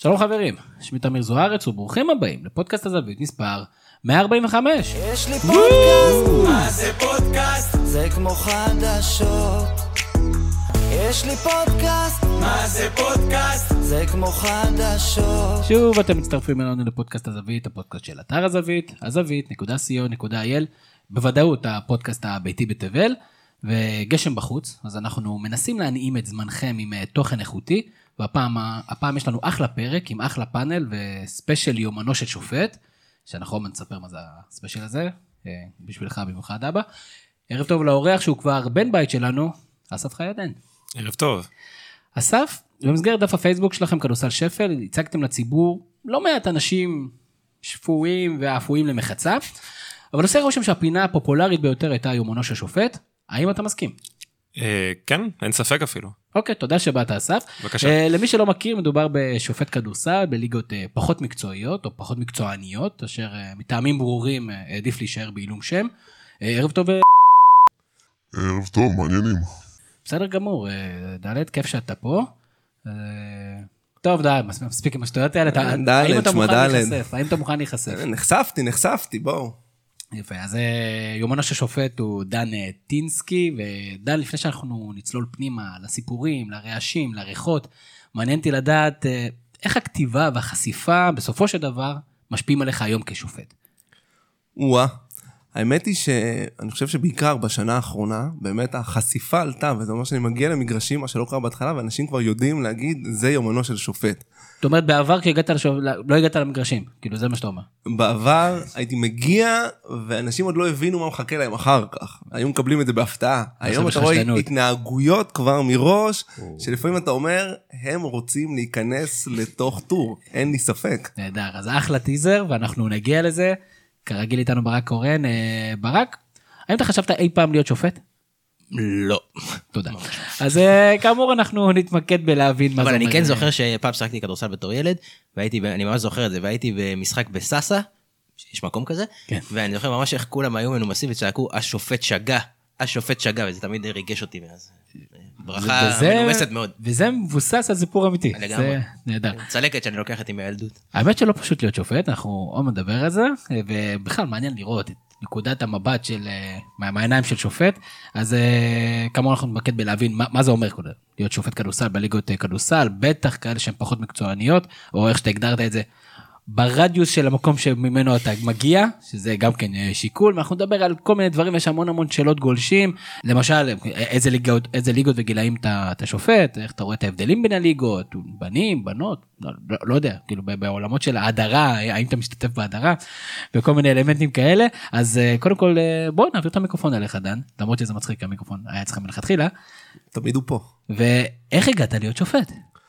שלום חברים, שמי תמיר זוארץ וברוכים הבאים לפודקאסט הזווית מספר 145. יש לי פודקאסט, מה זה פודקאסט? זה כמו חדשות. יש לי פודקאסט, מה זה פודקאסט? זה כמו חדשות. שוב אתם מצטרפים אלינו לפודקאסט הזווית, הפודקאסט של אתר הזווית, הזווית.co.il, בוודאות הפודקאסט הביתי בתבל, וגשם בחוץ, אז אנחנו מנסים להנעים את זמנכם עם תוכן איכותי, והפעם יש לנו אחלה פרק עם אחלה פאנל וספיישל יומנו של שופט, שאנחנו עוד נספר מה זה הספיישל הזה, בשבילך במיוחד אבא. ערב טוב לאורח שהוא כבר בן בית שלנו, אסף חיידן. ערב טוב. אסף, במסגרת דף הפייסבוק שלכם כדורסל שפל, הצגתם לציבור לא מעט אנשים שפויים ואפויים למחצה, אבל עושה רושם שהפינה הפופולרית ביותר הייתה יומנו של שופט. האם אתה מסכים? כן, אין ספק אפילו. אוקיי, תודה שבאת אסף. בבקשה. למי שלא מכיר, מדובר בשופט כדורסל, בליגות פחות מקצועיות, או פחות מקצועניות, אשר מטעמים ברורים עדיף להישאר בעילום שם. ערב טוב. ערב טוב, מעניינים. בסדר גמור, דלת, כיף שאתה פה. טוב, די, מספיק עם השטויות האלה. האם אתה מוכן להיחשף? האם אתה מוכן להיחשף? נחשפתי, בואו. יפה, אז יומנו של שופט הוא דן טינסקי, ודן, לפני שאנחנו נצלול פנימה לסיפורים, לרעשים, לריחות, מעניין אותי לדעת איך הכתיבה והחשיפה בסופו של דבר משפיעים עליך היום כשופט. האמת היא שאני חושב שבעיקר בשנה האחרונה, באמת החשיפה עלתה, וזה אומר שאני מגיע למגרשים, מה שלא קרה בהתחלה, ואנשים כבר יודעים להגיד, זה יומנו של שופט. זאת אומרת, בעבר לא הגעת למגרשים, כאילו זה מה שאתה אומר. בעבר הייתי מגיע, ואנשים עוד לא הבינו מה מחכה להם אחר כך. היו מקבלים את זה בהפתעה. היום אתה רואה התנהגויות כבר מראש, שלפעמים אתה אומר, הם רוצים להיכנס לתוך טור, אין לי ספק. נהדר, אז אחלה טיזר, ואנחנו נגיע לזה. כרגיל איתנו ברק קורן. ברק, האם אתה חשבת אי פעם להיות שופט? לא. תודה. אז כאמור אנחנו נתמקד בלהבין מה זה אומר. אבל אני כן זוכר שפעם שחקתי כדורסל בתור ילד, אני ממש זוכר את זה, והייתי במשחק בסאסה, שיש מקום כזה, ואני זוכר ממש איך כולם היו מנומסים וצעקו, השופט שגה, וזה תמיד ריגש אותי מאז. ברכה מנומסת מאוד. וזה מבוסס על סיפור אמיתי. לגמרי. זה נהדר. צלקת שאני לוקחת עם הילדות. האמת שלא פשוט להיות שופט, אנחנו עוד מדבר על זה, ובכלל מעניין לראות את נקודת המבט של, מהעיניים של שופט, אז כמה אנחנו נתמקד בלהבין מה זה אומר להיות שופט כדורסל בליגות כדורסל, בטח כאלה שהן פחות מקצועניות, או איך שאתה הגדרת את זה, ברדיוס של המקום שממנו אתה מגיע, שזה גם כן שיקול, ואנחנו נדבר על כל מיני דברים, יש המון שאלות גולשים, למשל, איזה ליגות וגילאים אתה שופט, איך אתה רואה את ההבדלים בין הליגות, בנים, בנות, לא יודע, כאילו בעולמות של ההדרה, האם אתה משתתף בהדרה, וכל מיני אלמנטים כאלה, אז קודם כל, בואו נעביר את המיקרופון אליך, דן, למרות שזה מצחיק, המיקרופון היה צריך מלכתחילה. תמיד הוא פה. ואיך הגעת להיות שופט?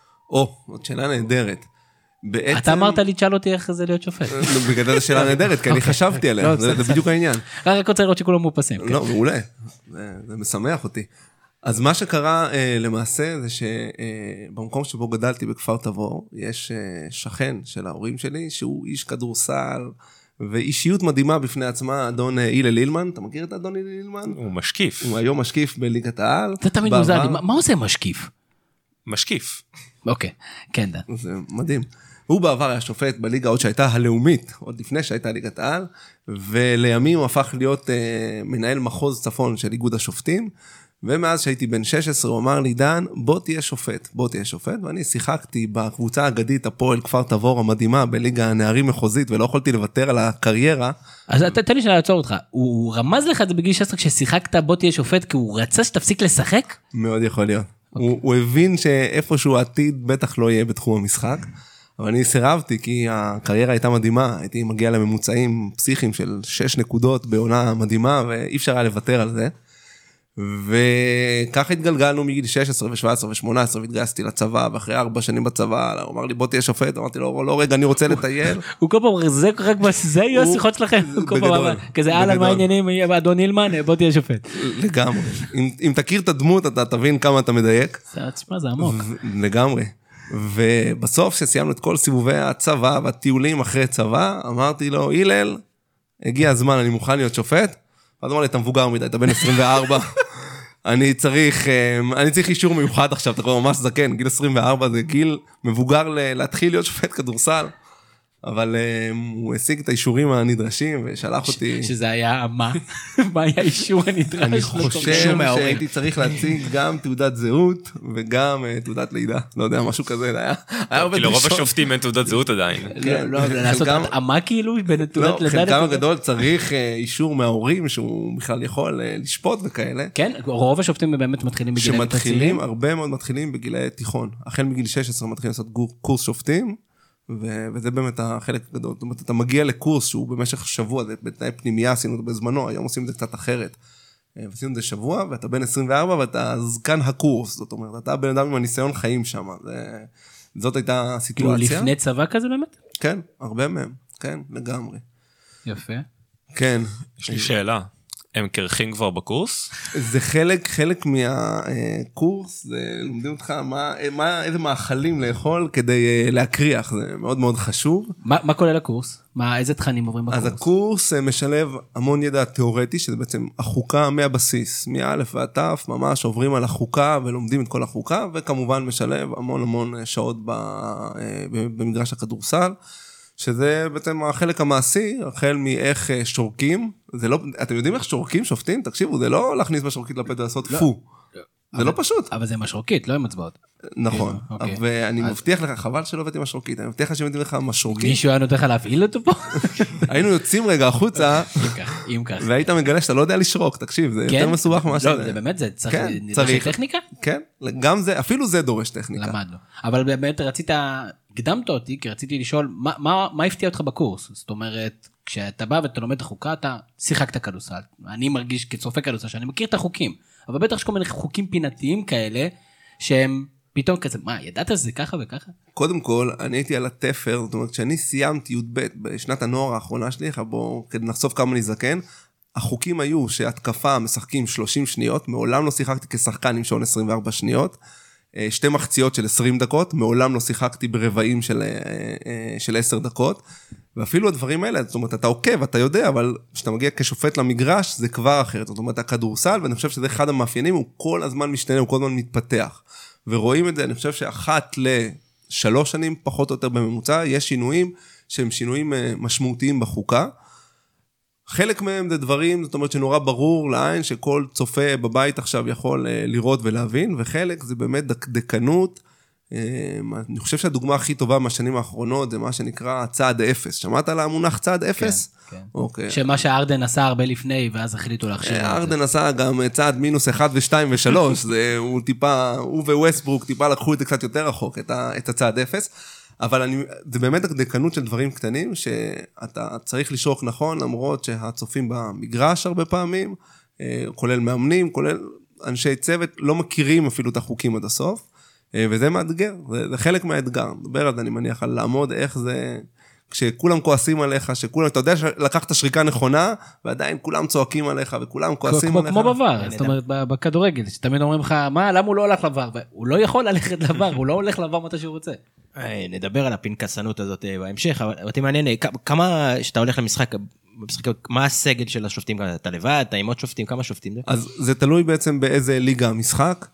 עוד שאלה נהדרת. אתה אמרת לי, תשאל אותי איך זה להיות שופט. בגלל השאלה נהדרת, כי אני חשבתי עליה, זה בדיוק העניין. רק רוצה לראות שכולם מופסים. לא, מעולה, זה משמח אותי. אז מה שקרה למעשה, זה שבמקום שבו גדלתי בכפר תבור, יש שכן של ההורים שלי, שהוא איש כדורסל, ואישיות מדהימה בפני עצמה, אדון הלל אילמן. אתה מכיר את אדון הלל אילמן? הוא משקיף. הוא היום משקיף בליגת העל. זה תמיד מוזר לי, מה עושה משקיף? משקיף. אוקיי, כן דן. זה מדהים. הוא בעבר היה שופט בליגה עוד שהייתה הלאומית, עוד לפני שהייתה ליגת העל, ולימים הוא הפך להיות מנהל מחוז צפון של איגוד השופטים, ומאז שהייתי בן 16 הוא אמר לי, דן, בוא תהיה שופט, ואני שיחקתי בקבוצה האגדית הפועל כפר תבור המדהימה, בליגה הנערים מחוזית, ולא יכולתי לוותר על הקריירה. אז תן לי שאני לעצור אותך, הוא רמז לך את זה בגיל 16 כששיחקת בוא תהיה שופט, כי הוא רצה שתפסיק לשחק? מאוד יכול להיות. הוא הבין שאיפשהו העתיד בטח לא יהיה בתחום המשחק, אבל אני סירבתי כי הקריירה הייתה מדהימה, הייתי מגיע לממוצעים פסיכיים של 6 נקודות בעונה מדהימה, ואי אפשר היה לוותר על זה. וככה התגלגלנו מגיל 16 ו-17 ו-18, והתגייסתי לצבא, ואחרי 4 שנים בצבא, הוא אמר לי בוא תהיה שופט, אמרתי לו לא רגע, אני רוצה לטייל. הוא כל פעם זה רק זה יהיו השיחות שלכם, כזה הלאה מה העניינים, אדון אילמן, בוא תהיה שופט. לגמרי, אם תכיר את הדמות אתה תבין כמה אתה מדייק. זה עמוק. לגמרי. ובסוף שסיימנו את כל סיבובי הצבא והטיולים אחרי צבא, אמרתי לו, הלל, הגיע הזמן, אני מוכן להיות שופט. אז אמר לי, אתה מבוגר מדי, אתה בן 24. אני צריך אישור מיוחד עכשיו, אתה כבר ממש זקן, גיל 24 זה גיל מבוגר להתחיל להיות שופט כדורסל, אבל הוא השיג את האישורים הנדרשים ושלח אותי. שזה היה מה? מה היה האישור הנדרש? אני חושב שהייתי צריך להציג גם תעודת זהות וגם תעודת לידה, לא יודע, משהו כזה, זה היה הרבה כאילו רוב דרישות. השופטים אין תעודת זהות עדיין. לא, לעשות התאמה כאילו בין תעודת לידה. חלקם הגדול צריך אישור מההורים שהוא בכלל יכול לשפוט וכאלה. כן, רוב השופטים באמת מתחילים בגילאים שמתחילים, הרבה מאוד מתחילים בגילי תיכון. החל מגיל 16 מתחילים לעשות קורס שופטים, וזה באמת החלק הגדול. זאת אומרת, אתה מגיע לקורס שהוא במשך שבוע, זה בתנאי פנימייה, עשינו את זה בזמנו, היום עושים את זה קצת אחרת. ועשינו את זה שבוע, ואתה בן 24, ואתה זקן הקורס. זאת אומרת, אתה בן אדם עם הניסיון חיים שם. זאת הייתה הסיטואציה. כאילו לפני צבא כזה באמת? כן, הרבה מהם. כן, לגמרי. יפה. כן. יש לי שאלה. הם קרחים כבר בקורס? זה חלק מהקורס, לומדים אותך איזה מאכלים לאכול כדי להקריח, זה מאוד מאוד חשוב. מה כולל הקורס? איזה תכנים עוברים בקורס? אז הקורס משלב המון ידע תיאורטי, שזה בעצם החוקה מהבסיס, מא' ועד ת', ממש עוברים על החוקה ולומדים את כל החוקה, וכמובן משלב המון שעות במגרש הכדורסל, שזה בעצם החלק המעשי, החל מאיך שורקים, זה לא, אתם יודעים איך שורקים שופטים? תקשיבו, זה לא להכניס בשורקית לפה ולעשות פו. זה לא פשוט. אבל זה משרוקית, לא עם אצבעות. נכון, ואני מבטיח לך, חבל שלא הבאתי משרוקית, אני מבטיח לך שמתאים לך משרוקית. מישהו היה נותן לך להפעיל אותו פה? היינו יוצאים רגע החוצה, אם כך. והיית מגלה שאתה לא יודע לשרוק, תקשיב, זה יותר מסובך ממה שזה. לא, זה באמת, זה צריך טכניקה? כן, גם זה, אפילו זה דורש טכניקה. למדנו. אבל באמת הקדמת אותי, כי רציתי לשאול, מה הפתיע אותך בקורס? זאת אומרת, כשאתה בא ואתה לומד את החוקה, אתה שיחקת כדורסל. אני מרגיש כצופה כדורסל, שאני מכיר את החוקים, אבל בטח יש כל מיני חוקים פינתיים כאלה, שהם פתאום כזה, מה, ידעת שזה ככה וככה? קודם כל, אני הייתי על התפר, זאת אומרת, כשאני סיימתי י"ב בשנת הנוער האחרונה שלי, בואו, כדי נחשוף כמה אני זקן, החוקים היו שהתקפה משחקים 30 שניות, מעולם לא שיחקתי כשחקן עם שעון 24 שניות, 2 מחציות של 20 דקות, מעולם לא שיחקתי ברבעים של 10 דקות, ואפילו הדברים האלה, זאת אומרת, אתה עוקב, אתה יודע, אבל כשאתה מגיע כשופט למגרש, זה כבר אחרת. זאת אומרת, הכדורסל, ואני חושב שזה אחד המאפיינים, הוא כל הזמן משתנה, הוא כל הזמן מתפתח. ורואים את זה, אני חושב שאחת ל3 שנים, פחות או יותר בממוצע, יש שינויים שהם שינויים משמעותיים בחוקה. חלק מהם זה דברים, זאת אומרת, שנורא ברור לעין, שכל צופה בבית עכשיו יכול לראות ולהבין, וחלק זה באמת דקדקנות. אני חושב שהדוגמה הכי טובה מהשנים האחרונות זה מה שנקרא צעד אפס. שמעת על המונח צעד אפס? כן. אוקיי. שמה שארדן עשה הרבה לפני, ואז החליטו להכשיר. ארדן עשה גם צעד מינוס 1 ו-2 ו-3, הוא טיפה, הוא וווסטברוק טיפה לקחו את זה קצת יותר רחוק, את הצעד אפס, אבל זה באמת דקדקנות של דברים קטנים, שאתה צריך לשרוק נכון, למרות שהצופים במגרש הרבה פעמים, כולל מאמנים, כולל אנשי צוות, לא מכירים אפילו את החוקים עד הסוף, וזה מאתגר, זה חלק מהאתגר. דבר על זה, אני מניח, על לעמוד איך זה, כשכולם כועסים עליך, שכולם, אתה יודע שלקחת שריקה נכונה, ועדיין כולם צועקים עליך, וכולם כועסים עליך. כמו בבר, זאת אומרת, בכדורגל, שתמיד אומרים לך, מה, למה הוא לא הולך לבר? הוא לא יכול ללכת לבר, הוא לא הולך לבר מתי שהוא רוצה. נדבר על הפנקסנות הזאת בהמשך, אבל אותי מעניין, כמה שאתה הולך למשחק, מה הסגל של השופטים? אתה לבד, אתה עם עוד שופטים, כמה שופטים זה? אז זה תלוי בעצם באיזה ליגה המשחק.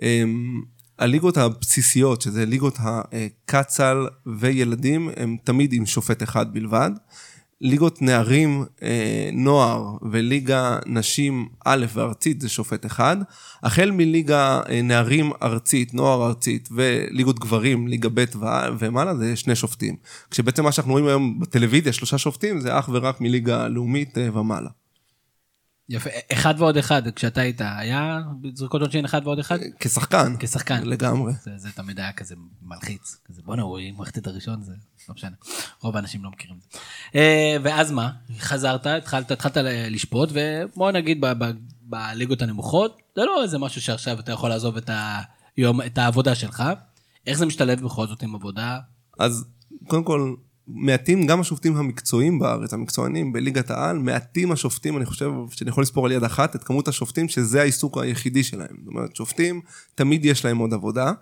הליגות הבסיסיות, שזה ליגות הקצל וילדים, הם תמיד עם שופט אחד בלבד. ליגות נערים, נוער וליגה נשים א' וארצית זה שופט אחד. החל מליגה נערים ארצית, נוער ארצית וליגות גברים, ליגה ב' ומעלה, זה 2 שופטים. כשבעצם מה שאנחנו רואים היום בטלוויזיה, 3 שופטים, זה אך ורק מליגה לאומית ומעלה. יפה, 1 ועוד 1, כשאתה היית, היה בזריקות עונשין 1 ועוד 1? כשחקן. כשחקן. לגמרי. זה תמיד היה כזה מלחיץ, כזה בוא נראה, אם הולכת את הראשון, זה לא משנה, רוב האנשים לא מכירים את זה. ואז מה? חזרת, התחלת לשפוט, ובוא נגיד בליגות הנמוכות, זה לא איזה משהו שעכשיו אתה יכול לעזוב את העבודה שלך, איך זה משתלב בכל זאת עם עבודה? אז קודם כל, מעטים גם השופטים המקצועיים בארץ, המקצוענים בליגת העל, מעטים השופטים, אני חושב שאני יכול לספור על יד אחת, את כמות השופטים שזה העיסוק היחידי שלהם. זאת אומרת, שופטים, תמיד יש להם עוד עבודה.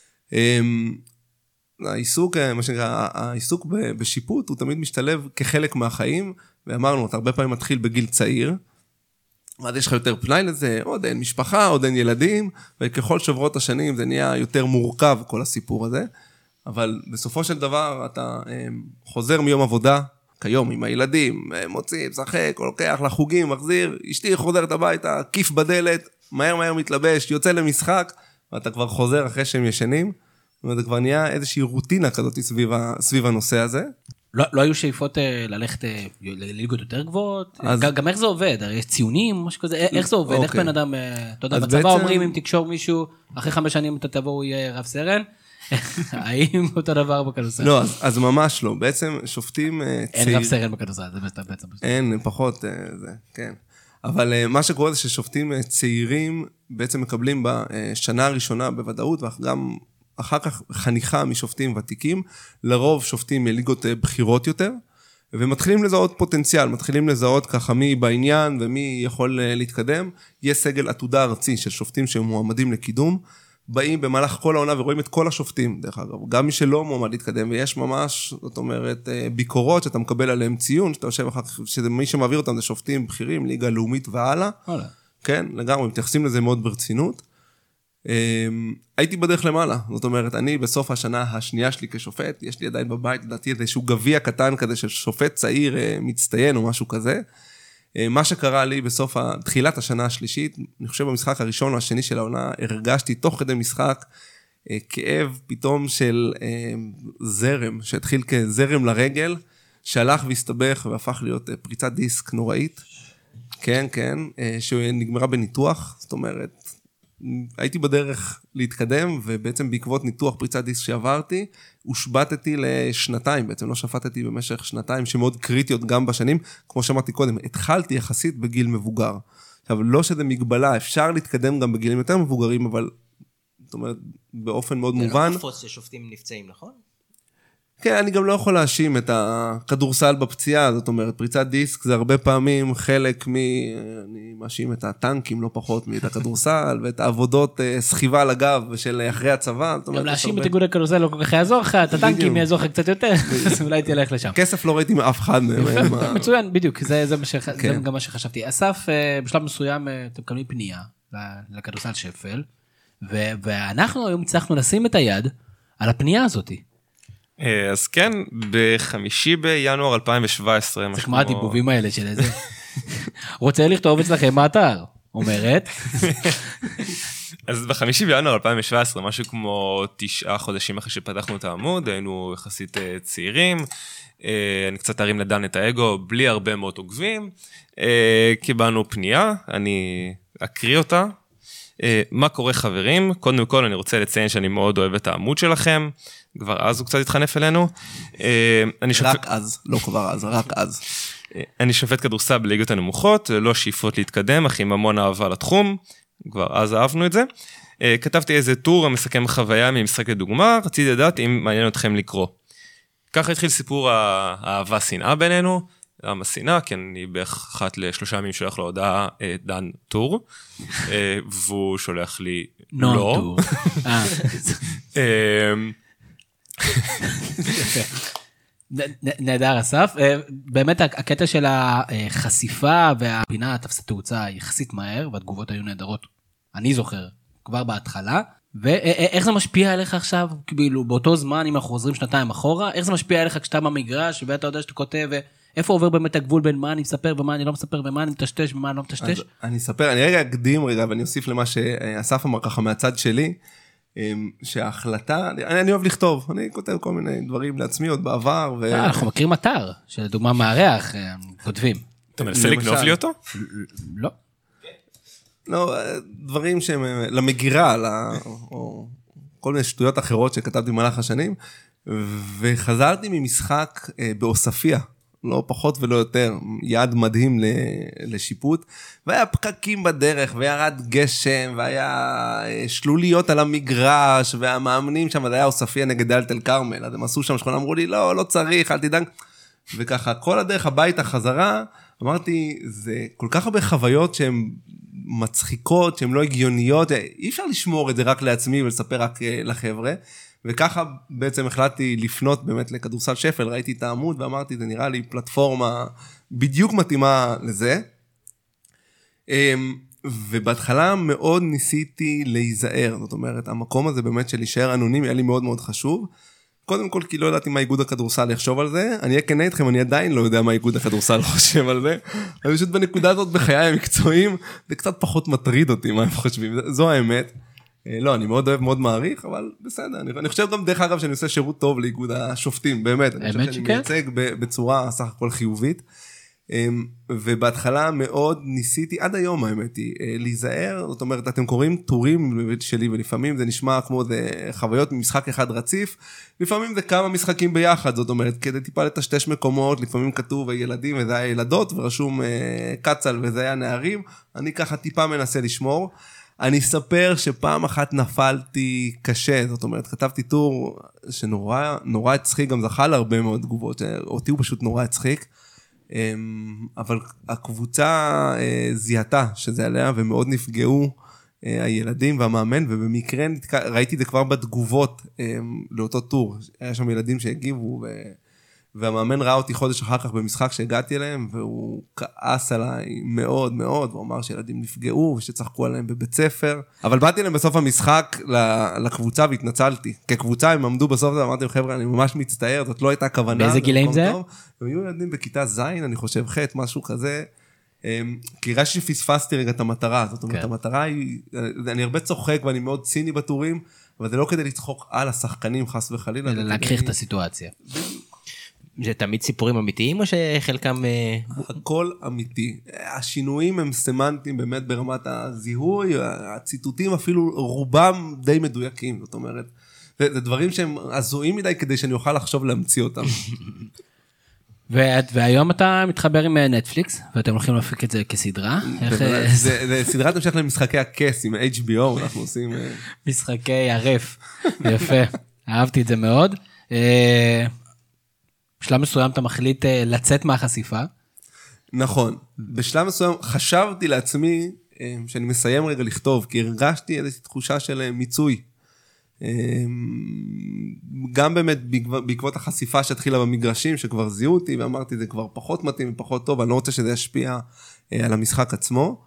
העיסוק, מה שנקרא, העיסוק בשיפוט, הוא תמיד משתלב כחלק מהחיים, ואמרנו, אתה הרבה פעמים מתחיל בגיל צעיר, אז יש לך יותר פנאי לזה, עוד אין משפחה, עוד אין ילדים, וככל שבועות השנים זה נהיה יותר מורכב, כל הסיפור הזה. אבל בסופו של דבר אתה חוזר מיום עבודה, כיום עם הילדים, מוציא, משחק, לוקח לחוגים, מחזיר, אשתי חוזרת הביתה, כיף בדלת, מהר מתלבש, יוצא למשחק, ואתה כבר חוזר אחרי שהם ישנים, וזה כבר נהיה איזושהי רוטינה כזאת סביב הנושא הזה. לא היו שאיפות ללכת לליגות יותר גבוהות? גם איך זה עובד? הרי יש ציונים, משהו כזה, איך זה עובד? איך בן אדם, אתה יודע, בצבא אומרים אם תקשור מישהו, אחרי 5 שנים אתה תבוא, הוא יהיה רב סרן? האם אותו דבר בכדורסל? לא, אז ממש לא. בעצם שופטים אין רב סרן בכדורסל, זה בעצם. אין, פחות, זה, כן. אבל מה שקורה זה ששופטים צעירים בעצם מקבלים בשנה הראשונה בוודאות, וגם אחר כך חניכה משופטים ותיקים, לרוב שופטים מליגות בחירות יותר, ומתחילים לזהות פוטנציאל, מתחילים לזהות ככה מי בעניין ומי יכול להתקדם. יש סגל עתודה ארצי של שופטים שמועמדים לקידום, באים במהלך כל העונה ורואים את כל השופטים, דרך אגב, גם מי שלא מועמד להתקדם, ויש ממש, זאת אומרת, ביקורות שאתה מקבל עליהם ציון, שאתה יושב אחר כך, שמי שמעביר אותם זה שופטים בכירים, ליגה לאומית והלאה, כן, לגמרי, מתייחסים לזה מאוד ברצינות. הייתי בדרך למעלה, זאת אומרת, אני בסוף השנה השנייה שלי כשופט, יש לי עדיין בבית, לדעתי איזשהו גביע קטן כזה של שופט צעיר מצטיין או משהו כזה. מה שקרה לי בסוף תחילת השנה השלישית, אני חושב במשחק הראשון או השני של העונה, הרגשתי תוך כדי משחק כאב פתאום של זרם, שהתחיל כזרם לרגל, שהלך והסתבך והפך להיות פריצת דיסק נוראית. כן, כן, שנגמרה בניתוח, זאת אומרת, הייתי בדרך להתקדם, ובעצם בעקבות ניתוח פריצת דיסק שעברתי, הושבטתי לשנתיים, בעצם לא שפטתי במשך שנתיים, שמאוד קריטיות גם בשנים, כמו שאמרתי קודם, התחלתי יחסית בגיל מבוגר. עכשיו, לא שזה מגבלה, אפשר להתקדם גם בגילים יותר מבוגרים, אבל, זאת אומרת, באופן מאוד מובן. זה לא נפוץ ששופטים נפצעים, נכון? כן, אני גם לא יכול להאשים את הכדורסל בפציעה, זאת אומרת, פריצת דיסק זה הרבה פעמים חלק אני מאשים את הטנקים לא פחות מאת הכדורסל, ואת העבודות סחיבה על הגב של אחרי הצבא. גם להאשים את איגוד הכדורסל לא כל כך יעזור לך, את הטנקים יעזור לך קצת יותר, אז אולי תלך לשם. כסף לא ראיתי מאף אחד. מצוין, בדיוק, זה גם מה שחשבתי. אסף, בשלב מסוים אתם מקבלים פנייה לכדורסל שפל, ואנחנו היום הצלחנו לשים את היד על הפנייה הזאת. אז כן, ב5 בינואר 2017. זה כמו הדיבובים האלה של איזה. רוצה לכתוב אצלכם באתר, אומרת. אז ב5 בינואר 2017, משהו כמו 9 חודשים אחרי שפתחנו את העמוד, היינו יחסית צעירים, אני קצת ארים לדן את האגו, בלי הרבה מאוד עוקבים, קיבלנו פנייה, אני אקריא אותה. מה קורה חברים? קודם כל אני רוצה לציין שאני מאוד אוהב את העמוד שלכם, כבר אז הוא קצת התחנף אלינו. רק אז, לא כבר אז, רק אז. אני שופט כדורסל בליגות הנמוכות, לא שאיפות להתקדם, אך עם המון אהבה לתחום, כבר אז אהבנו את זה. כתבתי איזה טור המסכם חוויה ממשחק לדוגמה, רציתי לדעת אם מעניין אתכם לקרוא. ככה התחיל סיפור האהבה שנאה בינינו, למה שנאה, כי אני בערך 1 ל3 ימים שולח לו הודעה דן טור, והוא שולח לי לא. נהדר אסף, באמת הקטע של החשיפה והפינה תפסה תאוצה יחסית מהר, והתגובות היו נהדרות, אני זוכר, כבר בהתחלה, ואיך זה משפיע עליך עכשיו, כאילו באותו זמן אם אנחנו חוזרים 2 אחורה, איך זה משפיע עליך כשאתה במגרש, ואתה יודע שאתה כותב, איפה עובר באמת הגבול בין מה אני מספר ומה אני לא מספר, ומה אני מטשטש ומה אני לא מטשטש? אני אספר, אני רגע אקדים ואני אוסיף למה שאסף אמר ככה מהצד שלי, שההחלטה, אני אוהב לכתוב, אני כותב כל מיני דברים לעצמי עוד בעבר. אנחנו מכירים אתר, שלדוגמה מארח, כותבים. אתה מנסה לגנוב לי אותו? לא. לא, דברים שהם למגירה, או כל מיני שטויות אחרות שכתבתי במהלך השנים, וחזרתי ממשחק באוספיה, לא פחות ולא יותר, יעד מדהים לשיפוט, והיה פקקים בדרך, וירד גשם, והיה שלוליות על המגרש, והמאמנים שם, זה היה אוספיה נגד דלית אל כרמל, אז הם עשו שם שכונה, אמרו לי, לא צריך, אל תדאג, וככה, כל הדרך הביתה חזרה, אמרתי, זה כל כך הרבה חוויות שהן מצחיקות, שהן לא הגיוניות, אי אפשר לשמור את זה רק לעצמי ולספר רק לחבר'ה, וככה בעצם החלטתי לפנות באמת לכדורסל שפל, ראיתי את העמוד ואמרתי, זה נראה לי פלטפורמה בדיוק מתאימה לזה. ובהתחלה מאוד ניסיתי להיזהר, זאת אומרת, המקום הזה באמת של להישאר אנונימי, היה לי מאוד מאוד חשוב. קודם כל, כי לא ידעתי מה איגוד הכדורסל יחשוב על זה, אני אהיה כנה איתכם, אני עדיין לא יודע מה איגוד הכדורסל חושב על זה, אבל פשוט בנקודה הזאת בחיי המקצועיים, זה קצת פחות מטריד אותי מה הם חושבים, זו האמת. לא, אני מאוד אוהב, מאוד מעריך, אבל בסדר, אני חושב גם דרך אגב שאני עושה שירות טוב לאיגוד השופטים, באמת, אני חושב שאני מייצג בצורה סך הכל חיובית, ובהתחלה מאוד ניסיתי, עד היום האמת היא, להיזהר, זאת אומרת, אתם קוראים טורים שלי, ולפעמים זה נשמע כמו זה חוויות ממשחק אחד רציף, לפעמים זה כמה משחקים ביחד, זאת אומרת, כדי טיפה לטשטש מקומות, לפעמים כתוב ילדים וזה היה ילדות, ורשום קצל וזה היה נערים, אני ככה טיפה מנסה לשמור, אני אספר שפעם אחת נפלתי קשה, זאת אומרת, כתבתי טור שנורא הצחיק, גם זכה להרבה מאוד תגובות, אותי הוא פשוט נורא הצחיק, אבל הקבוצה זיהתה שזה עליה, ומאוד נפגעו הילדים והמאמן, ובמקרה ראיתי את זה כבר בתגובות לאותו טור, היה שם ילדים שהגיבו, והמאמן ראה אותי חודש אחר כך במשחק שהגעתי אליהם, והוא כעס עליי מאוד מאוד, הוא אמר שילדים נפגעו, ושצחקו עליהם בבית ספר, אבל באתי להם בסוף המשחק לקבוצה והתנצלתי, כקבוצה הם עמדו בסוף, ואמרתי חבר'ה, אני ממש מצטער, זאת לא הייתה כוונה. באיזה גילאים זה? הם היו ילדים בכיתה זין, אני חושב ח' משהו כזה, כי ראש שפספסתי רגע את המטרה, זאת אומרת, המטרה היא, אני הרבה צוחק ואני מאוד ציני בטורים, אבל זה לא כדי לצחוק על השחקנים חס וחלילה. אלא להכריח את הסיטואציה. זה תמיד סיפורים אמיתיים או שחלקם... הכל אמיתי. השינויים הם סמנטיים באמת ברמת הזיהוי, הציטוטים אפילו רובם די מדויקים, זאת אומרת, זה דברים שהם עזויים מדי כדי שאני אוכל לחשוב להמציא אותם. והיום אתה מתחבר עם נטפליקס, ואתם הולכים להפיק את זה כסדרה. זה סדרת המשך למשחקי הכס עם HBO, אנחנו עושים... משחקי הרף, יפה, אהבתי את זה מאוד. בשלב מסוים אתה מחליט לצאת מהחשיפה. נכון, בשלב מסוים חשבתי לעצמי שאני מסיים רגע לכתוב, כי הרגשתי איזושהי תחושה של מיצוי. גם באמת בעקבות החשיפה שהתחילה במגרשים, שכבר זיהו אותי, ואמרתי זה כבר פחות מתאים ופחות טוב, אני לא רוצה שזה ישפיע על המשחק עצמו.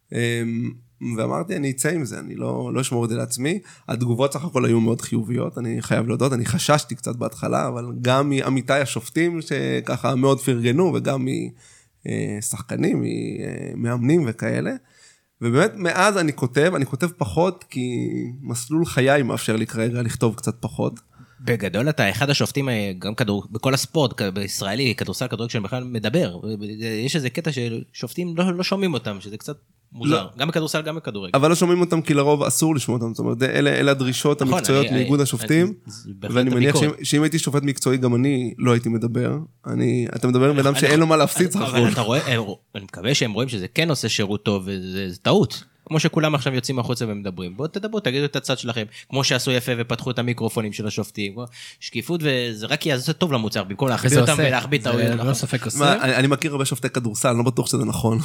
ואמרתי, אני אצא עם זה, אני לא אשמור את זה לעצמי. התגובות סך הכל היו מאוד חיוביות, אני חייב להודות, אני חששתי קצת בהתחלה, אבל גם מעמיתי השופטים שככה מאוד פרגנו, וגם משחקנים, מאמנים וכאלה. ובאמת, מאז אני כותב פחות, כי מסלול חיי מאפשר לי כרגע לכתוב קצת פחות. בגדול אתה אחד השופטים, גם בכל הספורט, בישראלי, כדורסל, כדורגל שאני בכלל מדבר, יש איזה קטע ששופטים לא שומעים אותם, שזה קצת מוזר, גם בכדורסל, גם בכדורגל. אבל לא שומעים אותם כי לרוב אסור לשמוע אותם, זאת אומרת, אלה הדרישות המקצועיות מאיגוד השופטים, ואני מניח שאם הייתי שופט מקצועי, גם אני לא הייתי מדבר, אתה מדבר עם אדם שאין לו מה להפסיד. אבל אתה רואה, אני מקווה שהם רואים שזה כן עושה שירות טוב, וזה טעות. כמו שכולם עכשיו יוצאים החוצה ומדברים, בואו תדברו, תגידו את הצד שלכם, כמו שעשו יפה ופתחו את המיקרופונים של השופטים, שקיפות וזה רק יעשה טוב למוצר, במקום להחביא אותם ולהחביא את האויות. לא ספק עושה. אני מכיר הרבה שופטי כדורסל, אני לא בטוח שזה נכון.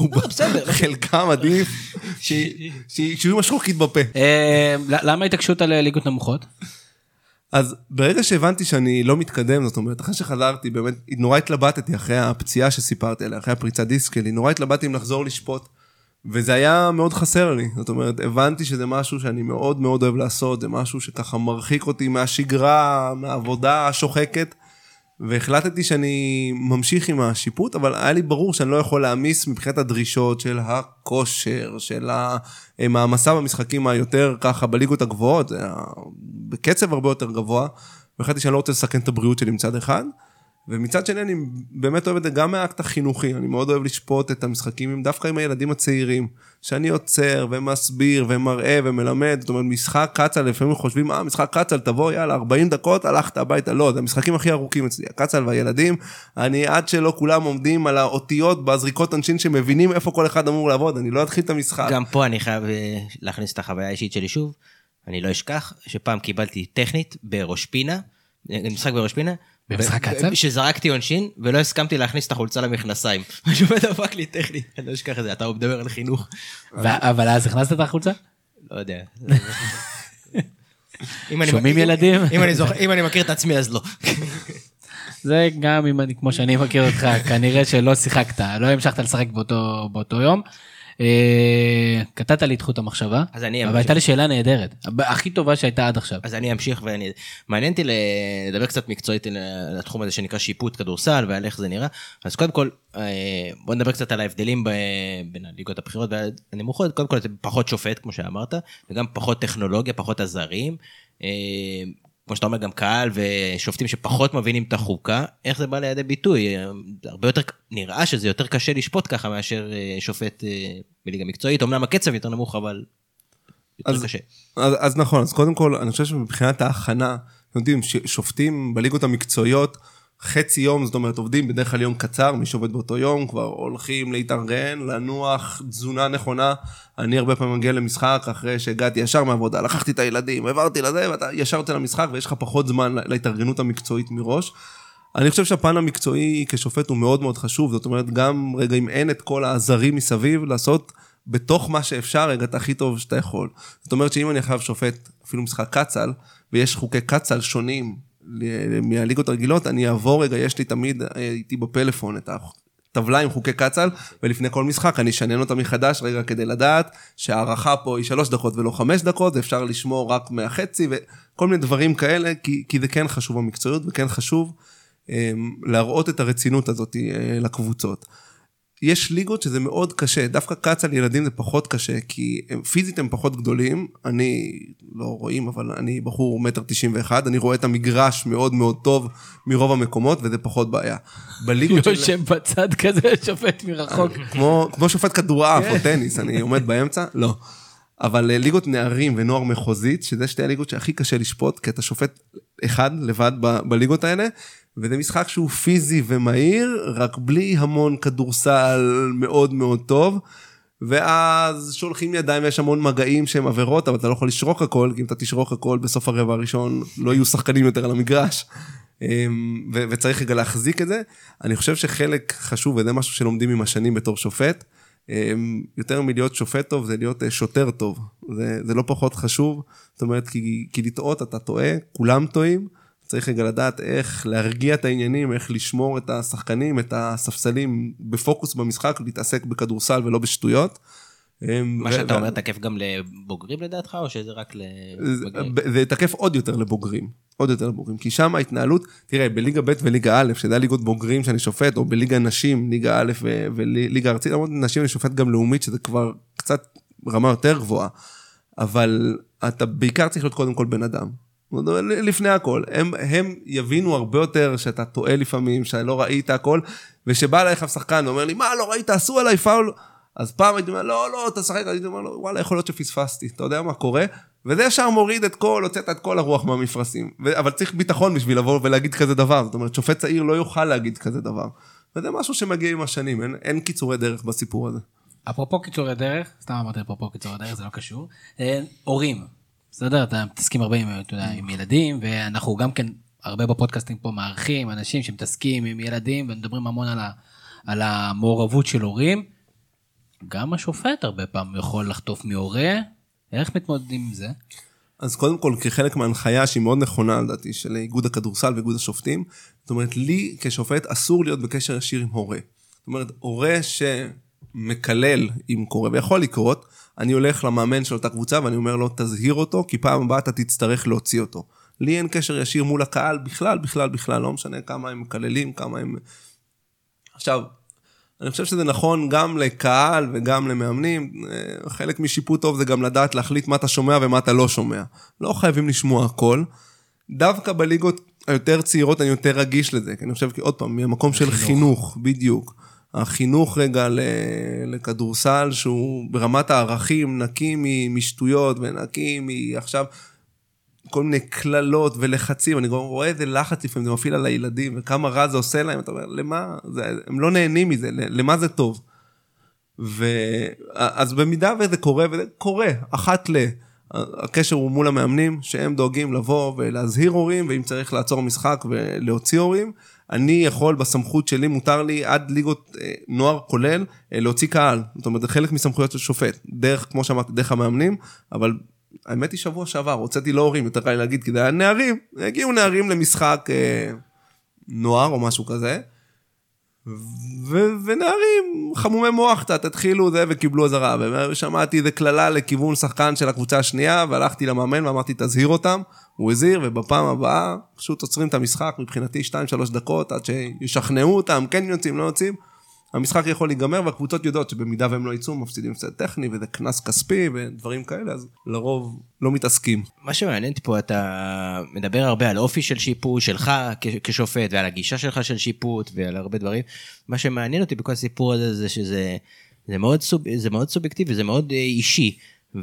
חלקם עדיף, שיהיו משרוקית בפה. למה התעקשות על ליגות נמוכות? אז ברגע שהבנתי שאני לא מתקדם, זאת אומרת, אחרי שחזרתי, באמת, נורא התלבטתי אחרי הפציעה שסיפרתי עליה, אחרי הפריצת דיסק שלי, נורא התלבטתי אם לחזור לשפוט. וזה היה מאוד חסר לי, זאת אומרת, הבנתי שזה משהו שאני מאוד מאוד אוהב לעשות, זה משהו שככה מרחיק אותי מהשגרה, מהעבודה השוחקת, והחלטתי שאני ממשיך עם השיפוט, אבל היה לי ברור שאני לא יכול להעמיס מבחינת הדרישות של הכושר, של המעמסה במשחקים היותר ככה בליגות הגבוהות, בקצב הרבה יותר גבוה, והחלטתי שאני לא רוצה לסכן את הבריאות שלי מצד אחד, ומצד שני אני באמת אוהב את זה גם מהאקט החינוכי, אני מאוד אוהב לשפוט את המשחקים דווקא עם הילדים הצעירים, שאני יוצר ומסביר ומראה ומלמד, זאת אומרת משחק קצל, לפעמים חושבים, משחק קצל תבוא, יאללה 40 דקות הלכת הביתה, לא, זה המשחקים הכי ארוכים אצלי, הקצל והילדים, אני עד שלא כולם עומדים על האותיות בזריקות אנשין שמבינים איפה כל אחד אמור לעבוד, אני לא אתחיל את המשחק. גם פה אני חייב להכניס את החוויה האישית שלי שוב, אני לא אשכח שפעם קיבלתי טכנית בראש פינה, משחק בראש פינה, במשחק קצר? שזרקתי עונשין, ולא הסכמתי להכניס את החולצה למכנסיים. משהו דפק לי טכנית, אני לא אשכח את זה, אתה מדבר על חינוך. אבל אז הכנסת את החולצה? לא יודע. שומעים ילדים? אם אני מכיר את עצמי, אז לא. זה גם, כמו שאני מכיר אותך, כנראה שלא שיחקת, לא המשכת לשחק באותו יום. קטעת לי את חוט המחשבה, אז אני אבל הייתה לי שאלה נהדרת, הכי טובה שהייתה עד עכשיו. אז אני אמשיך מעניין אותי לדבר קצת מקצועית על התחום הזה שנקרא שיפוט כדורסל ועל איך זה נראה. אז קודם כל, בוא נדבר קצת על ההבדלים בין הליגות הבכירות והנמוכות. קודם כל, זה פחות שופט, כמו שאמרת, וגם פחות טכנולוגיה, פחות עזרים. כמו שאתה אומר, גם קהל ושופטים שפחות מבינים את החוקה, איך זה בא לידי ביטוי? הרבה יותר, נראה שזה יותר קשה לשפוט ככה מאשר שופט בליגה מקצועית, אמנם הקצב יותר נמוך, אבל יותר קשה. אז נכון, אז קודם כל, אני חושב שמבחינת ההכנה, יודעים, שופטים בליגות המקצועיות, חצי יום, זאת אומרת, עובדים בדרך כלל יום קצר, מי שעובד באותו יום, כבר הולכים להתארגן, לנוח, תזונה נכונה. אני הרבה פעמים מגיע למשחק, אחרי שהגעתי ישר מעבודה, לקחתי את הילדים, העברתי לזה, ואתה ישר יוצא למשחק, ויש לך פחות זמן להתארגנות המקצועית מראש. אני חושב שהפן המקצועי כשופט הוא מאוד מאוד חשוב, זאת אומרת, גם רגע אם אין את כל העזרים מסביב, לעשות בתוך מה שאפשר, רגע את הכי טוב שאתה יכול. זאת אומרת שאם אני חייב שופט, אפילו משחק קצל, ויש חוקי קצל שונים, מהליגות הרגילות, אני אעבור רגע, יש לי תמיד, הייתי בפלאפון את הטבלה עם חוקי קצל, ולפני כל משחק אני אשנן אותה מחדש, רגע כדי לדעת שהערכה פה היא 3 דקות ולא 5 דקות, אפשר לשמור רק מהחצי, וכל מיני דברים כאלה, כי זה כן חשוב המקצועיות, וכן חשוב להראות את הרצינות הזאת לקבוצות. יש ליגות שזה מאוד קשה, דווקא קצל ילדים זה פחות קשה, כי פיזית הם פחות גדולים, אני לא רואים, אבל אני בחור 1.91 מטר, אני רואה את המגרש מאוד מאוד טוב מרוב המקומות, וזה פחות בעיה. יושב בצד כזה, שופט מרחוק. כמו שופט כדורעף או טניס, אני עומד באמצע, לא. אבל ליגות נערים ונוער מחוזית, שזה שתי הליגות שהכי קשה לשפוט, כי אתה שופט אחד לבד בליגות האלה, וזה משחק שהוא פיזי ומהיר, רק בלי המון כדורסל מאוד מאוד טוב, ואז שולחים ידיים, ויש המון מגעים שהם עבירות, אבל אתה לא יכול לשרוק הכל, כי אם אתה תשרוק הכל בסוף הרבע הראשון, לא יהיו שחקנים יותר על המגרש, וצריך רגע להחזיק את זה. אני חושב שחלק חשוב, וזה משהו שלומדים עם השנים בתור שופט, יותר מלהיות שופט טוב, זה להיות שוטר טוב, זה לא פחות חשוב, זאת אומרת, כי לטעות אתה טועה, כולם טועים, צריך רגע לדעת איך להרגיע את העניינים, איך לשמור את השחקנים, את הספסלים בפוקוס במשחק, להתעסק בכדורסל ולא בשטויות. מה שאתה אומר תקף גם לבוגרים לדעתך, או שזה רק לבוגרים? זה תקף עוד יותר לבוגרים, כי שם ההתנהלות, תראה, בליגה ב' וליגה א', שזה ליגות בוגרים שאני שופט, או בליגה נשים, ליגה א' וליגה ארצית, למרות נשים אני שופט גם לאומית, שזה כבר קצת רמה יותר גבוהה, אבל אתה בעיקר צריך להיות קודם כל בן אדם. לפני הכל, הם יבינו הרבה יותר שאתה טועה לפעמים, שלא ראית הכל, ושבא אליך שחקן ואומר לי, מה לא ראית, עשו עליי פאול, אז פעם הייתי אומר, לא, אתה שחק, הייתי אומר לו, וואלה, יכול להיות שפספסתי, אתה יודע מה קורה, וזה ישר מוריד הוצאת את כל הרוח מהמפרשים, אבל צריך ביטחון בשביל לבוא ולהגיד כזה דבר, זאת אומרת, שופט צעיר לא יוכל להגיד כזה דבר, וזה משהו שמגיע עם השנים, אין קיצורי דרך בסיפור הזה. אפרופו קיצורי דרך, סתם אמרתי אפרופו קיצורי דרך, זה לא קשור, הורים. בסדר, אתה מתעסקים הרבה עם ילדים, ואנחנו גם כן הרבה בפודקאסטים פה מערכים, אנשים שמתעסקים עם ילדים, ומדברים המון על המעורבות של הורים. גם השופט הרבה פעמים יכול לחטוף מהורה, איך מתמודדים עם זה? אז קודם כל, כחלק מההנחיה שהיא מאוד נכונה, לדעתי, של איגוד הכדורסל ואיגוד השופטים, זאת אומרת, לי כשופט אסור להיות בקשר ישיר עם הורה. זאת אומרת, הורה שמקלל עם קורא, ויכול לקרות, אני הולך למאמן של אותה קבוצה, ואני אומר לו, תזהיר אותו, כי פעם הבאה אתה תצטרך להוציא אותו. לי אין קשר ישיר מול הקהל, בכלל, לא משנה כמה הם מקללים, כמה הם... עכשיו, אני חושב שזה נכון גם לקהל וגם למאמנים, חלק משיפוט טוב זה גם לדעת להחליט מה אתה שומע ומה אתה לא שומע. לא חייבים לשמוע הכל. דווקא בליגות היותר צעירות אני יותר רגיש לזה, כי אני חושב, עוד פעם, מהמקום של חינוך, בדיוק. החינוך רגע לכדורסל שהוא ברמת הערכים נקי משטויות ונקי מעכשיו כל מיני כללות ולחצים, אני רואה איזה לחץ לפעמים, זה מפעיל על הילדים וכמה רע זה עושה להם, אתה אומר, למה? הם לא נהנים מזה, למה זה טוב? אז במידה וזה קורה, וזה קורה, אחת הקשר הוא מול המאמנים, שהם דואגים לבוא ולהזהיר הורים, ואם צריך לעצור משחק ולהוציא הורים, אני יכול בסמכות שלי, מותר לי עד ליגות נוער כולל, להוציא קהל. זאת אומרת, זה חלק מסמכויות של שופט, דרך, כמו שאמרתי, דרך המאמנים, אבל האמת היא שבוע שעבר, הוצאתי לא הורים, יותר קל להגיד, כי זה היה נערים, הגיעו נערים למשחק נוער או משהו כזה, ונערים חמומי מוח קצת, התחילו זה וקיבלו הזרה, ושמעתי איזה כללה לכיוון שחקן של הקבוצה השנייה, והלכתי למאמן ואמרתי תזהיר אותם, הוא הזהיר, ובפעם הבאה פשוט עוצרים את המשחק, מבחינתי 2-3 דקות, עד שישכנעו אותם, כן יוצאים, לא יוצאים, המשחק יכול להיגמר, והקבוצות יודעות שבמידה והם לא יצאו, מפסידים קצת טכני, וזה כנס כספי, ודברים כאלה, אז לרוב לא מתעסקים. מה שמעניין פה, אתה מדבר הרבה על אופי של שיפוט, שלך כשופט, ועל הגישה שלך של שיפוט, ועל הרבה דברים. מה שמעניין אותי בכל הסיפור הזה, זה שזה מאוד סובייקטיבי, זה מאוד אישי,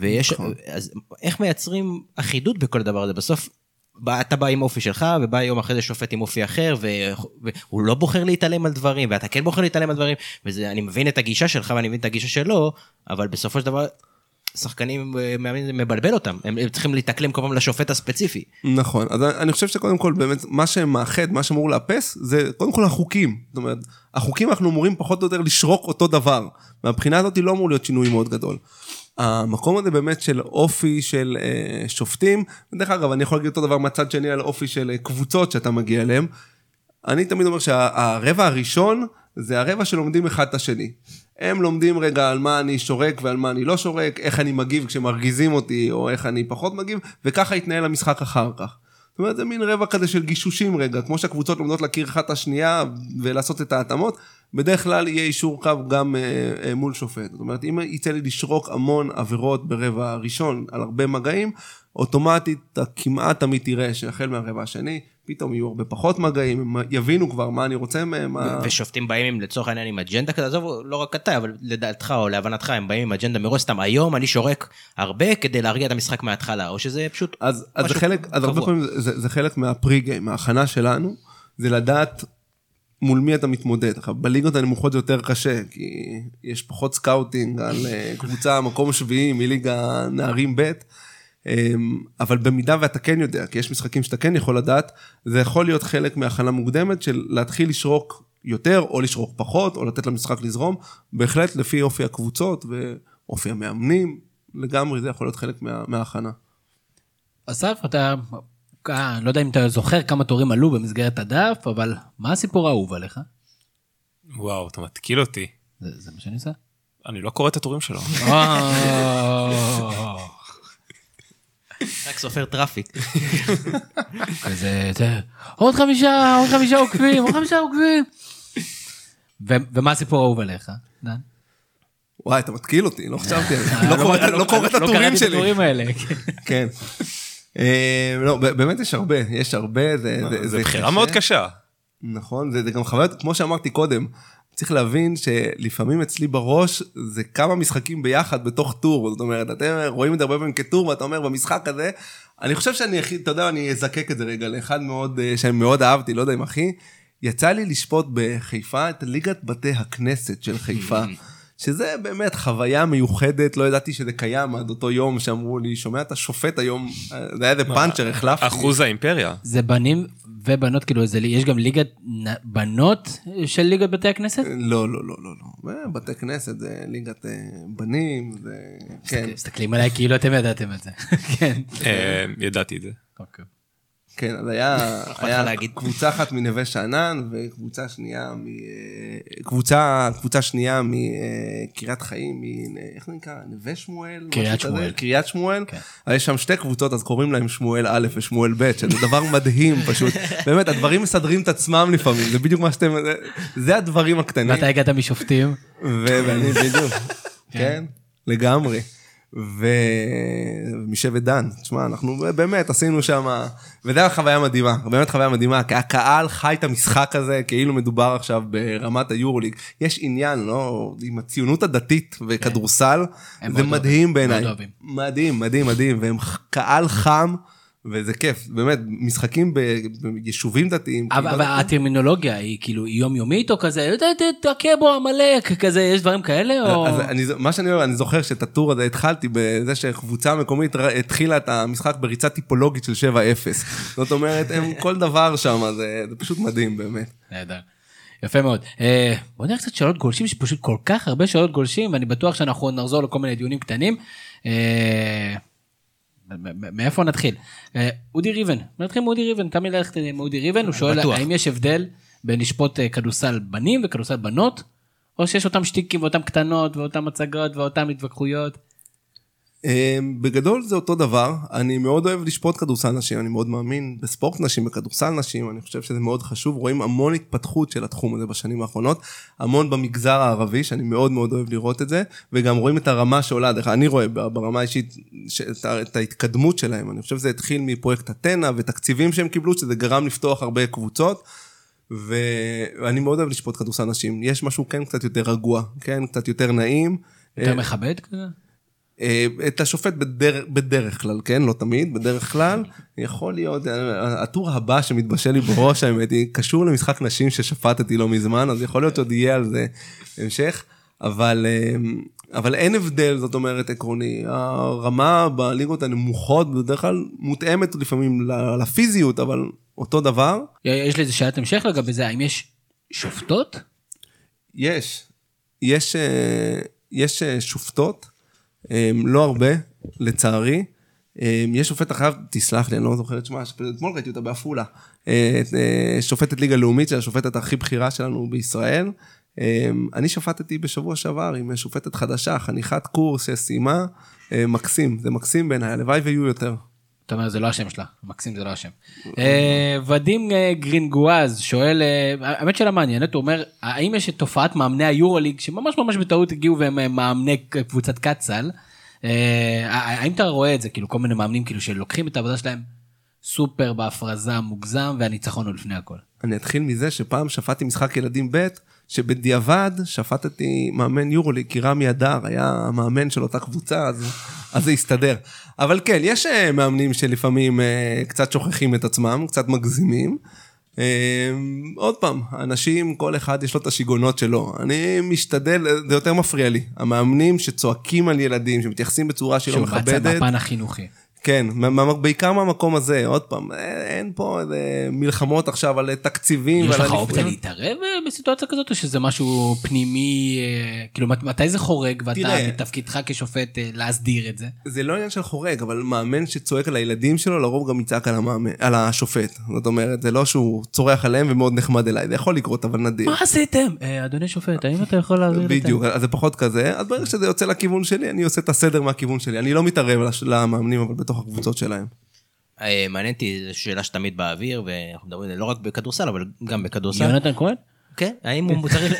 אז איך מייצרים אחידות בכל הדבר הזה? בסוף, אתה בא עם אופי שלך, ובא יום אחרי זה שופט עם אופי אחר, והוא לא בוחר להתעלם על דברים, ואתה כן בוחר להתעלם על דברים, ואני מבין את הגישה שלך, ואני מבין את הגישה שלו, אבל בסופו של דבר, שחקנים מבלבל אותם, הם צריכים להתאקלם כל פעם לשופט הספציפי. נכון, אז אני חושב שקודם כל, באמת, מה שמאחד, מה שאמור לאפס, זה קודם כל החוקים. זאת אומרת, החוקים אנחנו אמורים פחות או יותר לשרוק אותו דבר, מהבחינה הזאת לא אמור להיות שינוי מאוד גדול. המקום הזה באמת של אופי של שופטים, דרך אגב, אני יכול להגיד אותו דבר מהצד שני על אופי של קבוצות שאתה מגיע אליהם, אני תמיד אומר שהרבע הראשון, זה הרבע שלומדים אחד את השני. הם לומדים רגע על מה אני שורק ועל מה אני לא שורק, איך אני מגיב כשמרגיזים אותי, או איך אני פחות מגיב, וככה יתנהל המשחק אחר כך. זאת אומרת, זה מין רבע כזה של גישושים רגע, כמו שהקבוצות לומדות להכיר אחת את השנייה, ולעשות את ההתאמות, בדרך כלל יהיה אישור קו גם מול שופט. זאת אומרת, אם יצא לי לשרוק המון עבירות ברבע הראשון, על הרבה מגעים, אוטומטית אתה כמעט תמיד תראה שהחל מהרבע השני, פתאום יהיו הרבה פחות מגעים, הם יבינו כבר מה אני רוצה מהם. ושופטים באים עם, לצורך העניין עם אג'נדה כזה, עזוב, לא רק אתה, אבל לדעתך או להבנתך, הם באים עם אג'נדה מראש, סתם היום אני שורק הרבה כדי להרגיע את המשחק מההתחלה, או שזה פשוט אז הרבה פעמים זה חלק מהפריגיים, מההכנה שלנו, זה לדעת מול מי אתה מתמודד. בליגות הנמוכות זה יותר קשה, כי יש פחות סקאוטינג על קבוצה מקום שביעי מליגה נערים ב', אבל במידה ואתה כן יודע, כי יש משחקים שאתה כן יכול לדעת, זה יכול להיות חלק מהכנה מוקדמת של להתחיל לשרוק יותר, או לשרוק פחות, או לתת למשחק לזרום, בהחלט לפי אופי הקבוצות ואופי המאמנים, לגמרי זה יכול להיות חלק מההכנה. אסף, אתה, לא יודע אם אתה זוכר כמה תורים עלו במסגרת הדף, אבל מה הסיפור האהוב עליך? וואו, אתה מתקיל אותי. זה מה שאני עושה? אני לא קורא את התורים שלו. רק סופר טראפיק. כזה, עוד 5 עוקבים, עוד 5 עוקבים. ומה הסיפור האהוב עליך, דן? וואי, אתה מתקיל אותי, לא חשבתי על זה. לא קורא את הטורים שלי. לא קראתי את הטורים האלה. כן. לא, באמת יש הרבה. זה בחירה מאוד קשה. נכון, זה גם חוויות, כמו שאמרתי קודם, צריך להבין שלפעמים אצלי בראש זה כמה משחקים ביחד בתוך טור, זאת אומרת, אתם רואים את זה הרבה פעמים כטור, ואתה אומר במשחק הזה, אני חושב אתה יודע, אני אזקק את זה רגע לאחד מאוד, שאני מאוד אהבתי, לא יודע אם אחי, יצא לי לשפוט בחיפה את ליגת בתי הכנסת של חיפה, שזה באמת חוויה מיוחדת, לא ידעתי שזה קיים עד אותו יום שאמרו לי, שומע את השופט היום, זה היה איזה פאנצ'ר, החלפתי. אחוז האימפריה. זה בנים ובנות, כאילו, יש גם ליגת בנות של ליגת בתי הכנסת? לא. בתי כנסת זה ליגת בנים, זה... כן. מסתכלים עליי כאילו אתם ידעתם את זה. כן. ידעתי את זה. אוקיי. כן, אז היה קבוצה אחת מנווה שאנן, וקבוצה שנייה מקריית חיים, איך נקרא? נווה שמואל? קריית שמואל. אז יש שם 2 קבוצות, אז קוראים להם שמואל א' ושמואל ב', שזה דבר מדהים פשוט. באמת, הדברים מסדרים את עצמם לפעמים, זה בדיוק מה שאתם... זה הדברים הקטנים. ואתה הגעת משופטים? ואני בדיוק, כן, לגמרי. ומשבט דן, תשמע, אנחנו באמת עשינו שם, וזה חוויה מדהימה, באמת חוויה מדהימה, כי הקהל חי את המשחק הזה, כאילו מדובר עכשיו ברמת היורוליג, יש עניין, לא, עם הציונות הדתית וכדורסל, זה מדהים בעיניי, מדהים, והם קהל חם, וזה כיף, באמת, משחקים ביישובים דתיים. אבל הטרמינולוגיה היא כאילו יומיומית או כזה, תכה בו המלאק, כזה, יש דברים כאלה? מה שאני אומר, אני זוכר שאת הטור הזה התחלתי בזה שקבוצה מקומית התחילה את המשחק בריצה טיפולוגית של 7-0. זאת אומרת, כל דבר שם, זה פשוט מדהים באמת. נהדר. יפה מאוד. בוא נראה קצת שאלות גולשים, יש פשוט כל כך הרבה שאלות גולשים, ואני בטוח שאנחנו נחזור לכל מיני דיונים קטנים. מאיפה נתחיל? אודי ריבן, נתחיל מאודי ריבן, תמיד ללכת עם אודי ריבן, הוא שואל האם יש הבדל בין לשפוט כדורסל בנים וכדורסל בנות, או שיש אותם שטיקים ואותם קטנות ואותם מצגות ואותם התווכחויות? בגדול זה אותו דבר, אני מאוד אוהב לשפוט כדורסל נשים, אני מאוד מאמין בספורט נשים, בכדורסל נשים, אני חושב שזה מאוד חשוב, רואים המון התפתחות של התחום הזה בשנים האחרונות, המון במגזר הערבי, שאני מאוד מאוד אוהב לראות את זה, וגם רואים את הרמה שעולה, אני רואה ברמה האישית את ההתקדמות שלהם, אני חושב שזה התחיל מפרויקט אתנה ותקציבים שהם קיבלו, שזה גרם לפתוח הרבה קבוצות, ואני מאוד אוהב לשפוט כדורסל נשים, יש משהו כן קצת יותר רגוע, כן קצת יותר נעים. יותר מכבד כזה? את השופט בדרך כלל, כן? לא תמיד, בדרך כלל. יכול להיות, הטור הבא שמתבשל לי בראש, האמת, היא קשור למשחק נשים ששפטתי לא מזמן, אז יכול להיות עוד יהיה על זה המשך, אבל אין הבדל, זאת אומרת, עקרוני. הרמה בליגות הנמוכות בדרך כלל מותאמת לפעמים לפיזיות, אבל אותו דבר. יש לי איזה שאלת המשך לגבי זה, האם יש שופטות? יש שופטות, לא הרבה, לצערי. יש שופט אחר, תסלח לי, אני לא זוכר את שמה, אתמול ראיתי אותה באפולה. שופטת ליגה לאומית, של השופטת הכי בכירה שלנו בישראל. אני שפטתי בשבוע שעבר עם שופטת חדשה, חניכת קורס שסיימה, מקסים, זה מקסים בעיניי, הלוואי ויהיו יותר. זאת אומרת, זה לא השם שלה, מקסים זה לא השם. ודים גרינגואז שואל, האמת שאלה מעניינת, הוא אומר, האם יש את תופעת מאמני היורוליג, שממש ממש בטעות הגיעו והם מאמני קבוצת קצל, האם אתה רואה את זה, כאילו כל מיני מאמנים כאילו שלוקחים את העבודה שלהם סופר בהפרזה מוגזם, והניצחון הוא לפני הכל? אני אתחיל מזה שפעם שפטתי משחק ילדים ב' שבדיעבד שפטתי מאמן יורוליג, כי רמי אדר היה המאמן של אותה קבוצה, אז זה הסתדר. אבל כן, יש מאמנים שלפעמים קצת שוכחים את עצמם, קצת מגזימים. עוד פעם, אנשים, כל אחד יש לו את השיגונות שלו. אני משתדל, זה יותר מפריע לי. המאמנים שצועקים על ילדים, שמתייחסים בצורה שלא מכבדת. בפן החינוכי. כן, בעיקר מהמקום הזה, עוד פעם, אין פה מלחמות עכשיו על תקציבים. יש לך אופציה להתערב בסיטואציה כזאת, או שזה משהו פנימי, כאילו מתי זה חורג, ואתה בתפקידך כשופט להסדיר את זה? זה לא עניין של חורג, אבל מאמן שצועק על הילדים שלו, לרוב גם יצעק על השופט. זאת אומרת, זה לא שהוא צורח עליהם ומאוד נחמד אליי, זה יכול לקרות, אבל נדיר. מה עשיתם? אדוני שופט, האם אתה יכול להעביר את זה? בדיוק, אז זה פחות כזה, אז ברגע שזה יוצא לכיוון שלי, אני עושה את הסדר מהכיוון שלי. אני לא מתערב למאמנים, אבל בתוך הקבוצות שלהם. מעניין אותי, זו שאלה שתמיד באוויר, ואנחנו מדברים לא רק בכדורסל, אבל גם בכדורסל. יונתן כהן? כן, האם הוא צריך...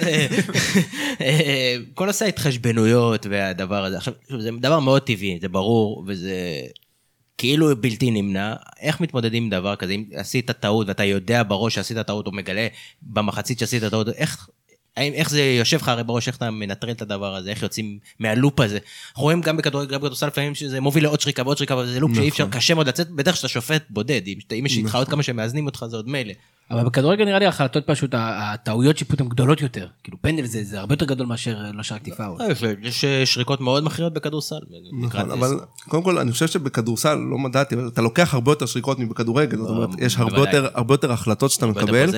כל עושה התחשבנויות והדבר הזה. עכשיו, זה דבר מאוד טבעי, זה ברור, וזה כאילו בלתי נמנע. איך מתמודדים עם דבר כזה? אם עשית טעות, ואתה יודע בראש שעשית טעות, או מגלה במחצית שעשית טעות, איך זה יושב לך הרי בראש, איך אתה מנטרל את הדבר הזה, איך יוצאים מהלופ הזה. אנחנו רואים גם בכדורסל לפעמים שזה מוביל לעוד שריקה ועוד שריקה, אבל זה לופ שאי אפשר, קשה מאוד לצאת, בטח שאתה שופט בודד, אם יש איתך עוד כמה שמאזנים אותך זה עוד מילא. אבל בכדורגל נראה לי החלטות פשוט, הטעויות שיפוט הן גדולות יותר, כאילו פנדל זה הרבה יותר גדול מאשר לא שרקתי פאול. יש שריקות מאוד מכריעות בכדורסל. נכון, אבל קודם כל אני חושב שבכדורסל, לא מדעתי, אבל אתה לוקח הרבה יותר שריקות מבכדורגל, זאת אומרת, יש הרבה יותר החלטות שאתה מקבל.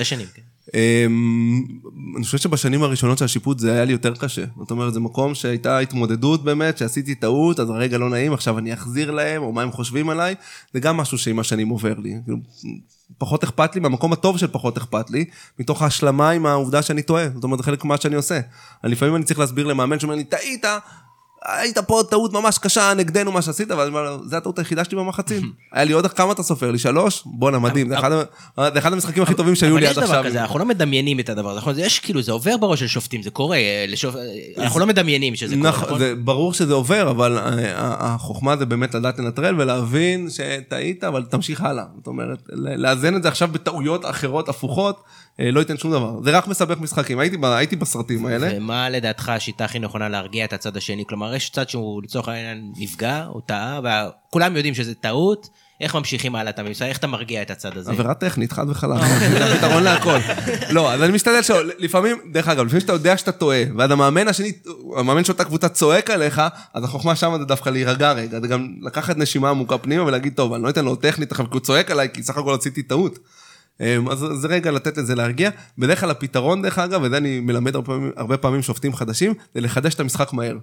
אני חושב שבשנים הראשונות של השיפוט זה היה לי יותר קשה. זאת אומרת, זה מקום שהייתה התמודדות באמת, שעשיתי טעות, אז הרגע לא נעים, עכשיו אני אחזיר להם, או מה הם חושבים עליי, זה גם משהו שעם השנים עובר לי. פחות אכפת לי, מהמקום הטוב של פחות אכפת לי, מתוך ההשלמה עם העובדה שאני טועה. זאת אומרת, זה חלק מה שאני עושה. לפעמים אני צריך להסביר למאמן שאומר לי, טעית, היית פה טעות ממש קשה נגדנו מה שעשית, אבל זה הטעות היחידה שלי במחצית. היה לי עוד כמה אתה סופר לי, 3? בואנה, מדהים, זה אחד המשחקים הכי טובים שהיו לי עד עכשיו. אנחנו לא מדמיינים את הדבר הזה, יש כאילו, זה עובר בראש של שופטים, זה קורה, אנחנו לא מדמיינים שזה קורה. זה ברור שזה עובר, אבל החוכמה זה באמת לדעת לנטרל ולהבין שטעית, אבל תמשיך הלאה. זאת אומרת, לאזן את זה עכשיו בטעויות אחרות, הפוכות, לא ייתן שום דבר. זה רק מסבך משחקים. הייתי בסרטים האלה. ומה לדעתך השיטה הכי נכונה להרגיע את הצד השני? כלומר, יש צד שהוא לצורך העניין נפגע או טעה, וכולם יודעים שזה טעות, איך ממשיכים הלאה את המבצע? איך אתה מרגיע את הצד הזה? עבירה טכנית, חד וחלק. זה פתרון להכל. לא, אז אני משתדל שלפעמים, דרך אגב, לפעמים שאתה יודע שאתה טועה, ועד המאמן השני, המאמן שאותה קבוצה צועק עליך, אז החוכמה שם זה דווקא להירגע רגע, זה גם לקחת נשימה עמוקה פנימה ולהגיד, טוב, אני לא אתן לו טכנית, כי הוא צועק עליי, כי סך הכל עשיתי טעות. אז זה רגע לתת לזה להרגיע. בדרך כלל הפתרון, דרך אגב, וזה אני מלמד הרבה פעמים שופטים חדשים, זה לחדש את המשחק מהר.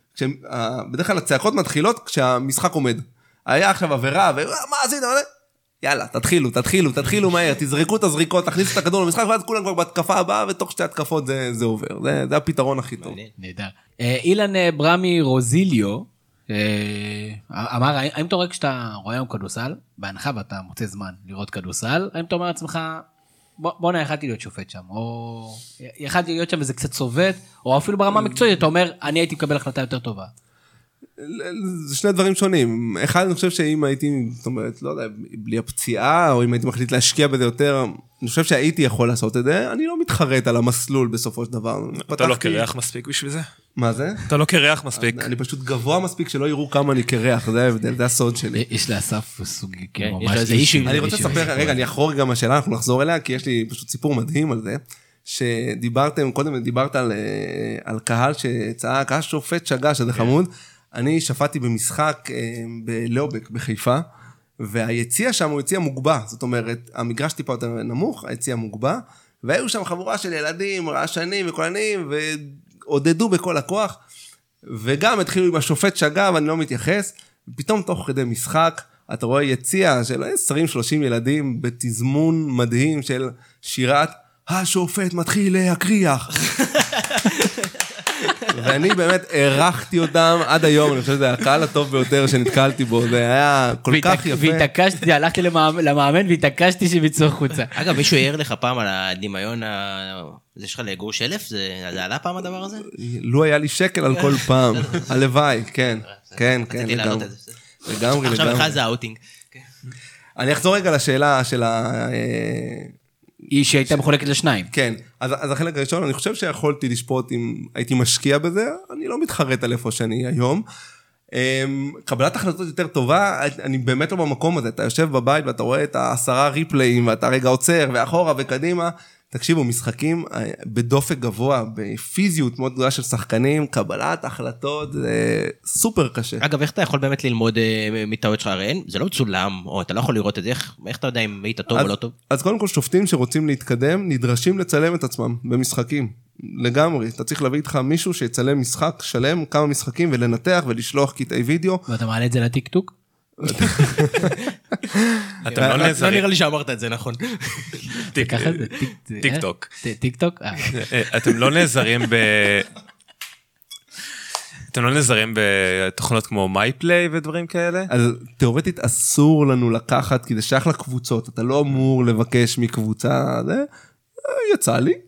בדרך כלל הצעקות מתחילות כשהמשחק עומד. היה עכשיו עבירה, ומה עשית? יאללה, תתחילו מהר, תזרקו את הזריקות, תכניסו את הכדור למשחק, ואז כולם כבר בהתקפה הבאה, ותוך שתי התקפות זה עובר. זה הפתרון הכי טוב. נהדר. אילן ברמי רוזיליו, אמר, האם אתה רואה כשאתה רואה היום כדורסל, בהנחה ואתה מוצא זמן לראות כדורסל, האם אתה אומר לעצמך, בוא'נה, יכלתי להיות שופט שם, או יכלתי להיות שם וזה קצת צובט, או אפילו ברמה מקצועית, אתה אומר, אני הייתי מקבל החלטה יותר טובה. זה שני דברים שונים. אחד, אני חושב שאם הייתי, זאת אומרת, לא יודע, בלי הפציעה, או אם הייתי מחליט להשקיע בזה יותר, אני חושב שהייתי יכול לעשות את זה, אני לא מתחרט על המסלול בסופו של דבר. אתה לא קרח מספיק בשביל זה? מה זה? אתה לא קרח מספיק. אני פשוט גבוה מספיק שלא יראו כמה אני קרח, זה ההבדל, זה הסוד שלי. יש לאסף סוגי, אני רוצה לספר, רגע, אני אחרור גם השאלה, אנחנו נחזור אליה, כי יש לי פשוט סיפור מדהים על זה, שדיברתם, קודם דיברת על קהל שצעק, השופט שגה, שזה חמוד. אני שפטתי במשחק בלאובק בחיפה, והיציע שם הוא יציע מוגבה, זאת אומרת, המגרש טיפה יותר נמוך, היציע מוגבה, והיו שם חבורה של ילדים, רעשנים וקולנים, ועודדו בכל הכוח, וגם התחילו עם השופט שגה, ואני לא מתייחס, ופתאום תוך כדי משחק, אתה רואה יציע של 20-30 ילדים, בתזמון מדהים של שירת, השופט מתחיל להקריח. ואני באמת הערכתי אותם עד היום, אני חושב שזה הקהל הטוב ביותר שנתקלתי בו, זה היה כל כך יפה. והתעקשתי, הלכתי למאמן והתעקשתי שביצוע חוצה. אגב, מישהו העיר לך פעם על הדמיון, זה שלך לגרוש 1000? זה עלה פעם הדבר הזה? לא היה לי שקל על כל פעם, הלוואי, כן, כן, כן, לגמרי. עכשיו לך זה האוטינג. אני אחזור רגע לשאלה של היא שהייתה מחולקת לשניים. כן, אז החלק הראשון, אני חושב שיכולתי לשפוט אם הייתי משקיע בזה, אני לא מתחרט על איפה שאני היום. קבלת החלטות יותר טובה, אני באמת לא במקום הזה, אתה יושב בבית ואתה רואה את 10 ריפליים, ואתה רגע עוצר, ואחורה וקדימה, תקשיבו, משחקים בדופק גבוה, בפיזיות מאוד גדולה של שחקנים, קבלת החלטות, זה סופר קשה. אגב, איך אתה יכול באמת ללמוד מטעויות שלך? הרי זה לא מצולם, או אתה לא יכול לראות את זה, איך אתה יודע אם היית טוב או לא טוב? אז קודם כל, שופטים שרוצים להתקדם, נדרשים לצלם את עצמם במשחקים. לגמרי, אתה צריך להביא איתך מישהו שיצלם משחק שלם, כמה משחקים, ולנתח ולשלוח קטעי וידאו. ואתה מעלה את זה לטיק טוק? אתם לא נעזרים. לא נראה לי שאמרת את זה, נכון. טיק טוק. טיק טוק? אתם לא נעזרים אתם לא נעזרים בתוכנות כמו מייפליי ודברים כאלה? אז תיאורטית אסור לנו לקחת, כי זה שייך לקבוצות, אתה לא אמור לבקש מקבוצה, זה יצא לי.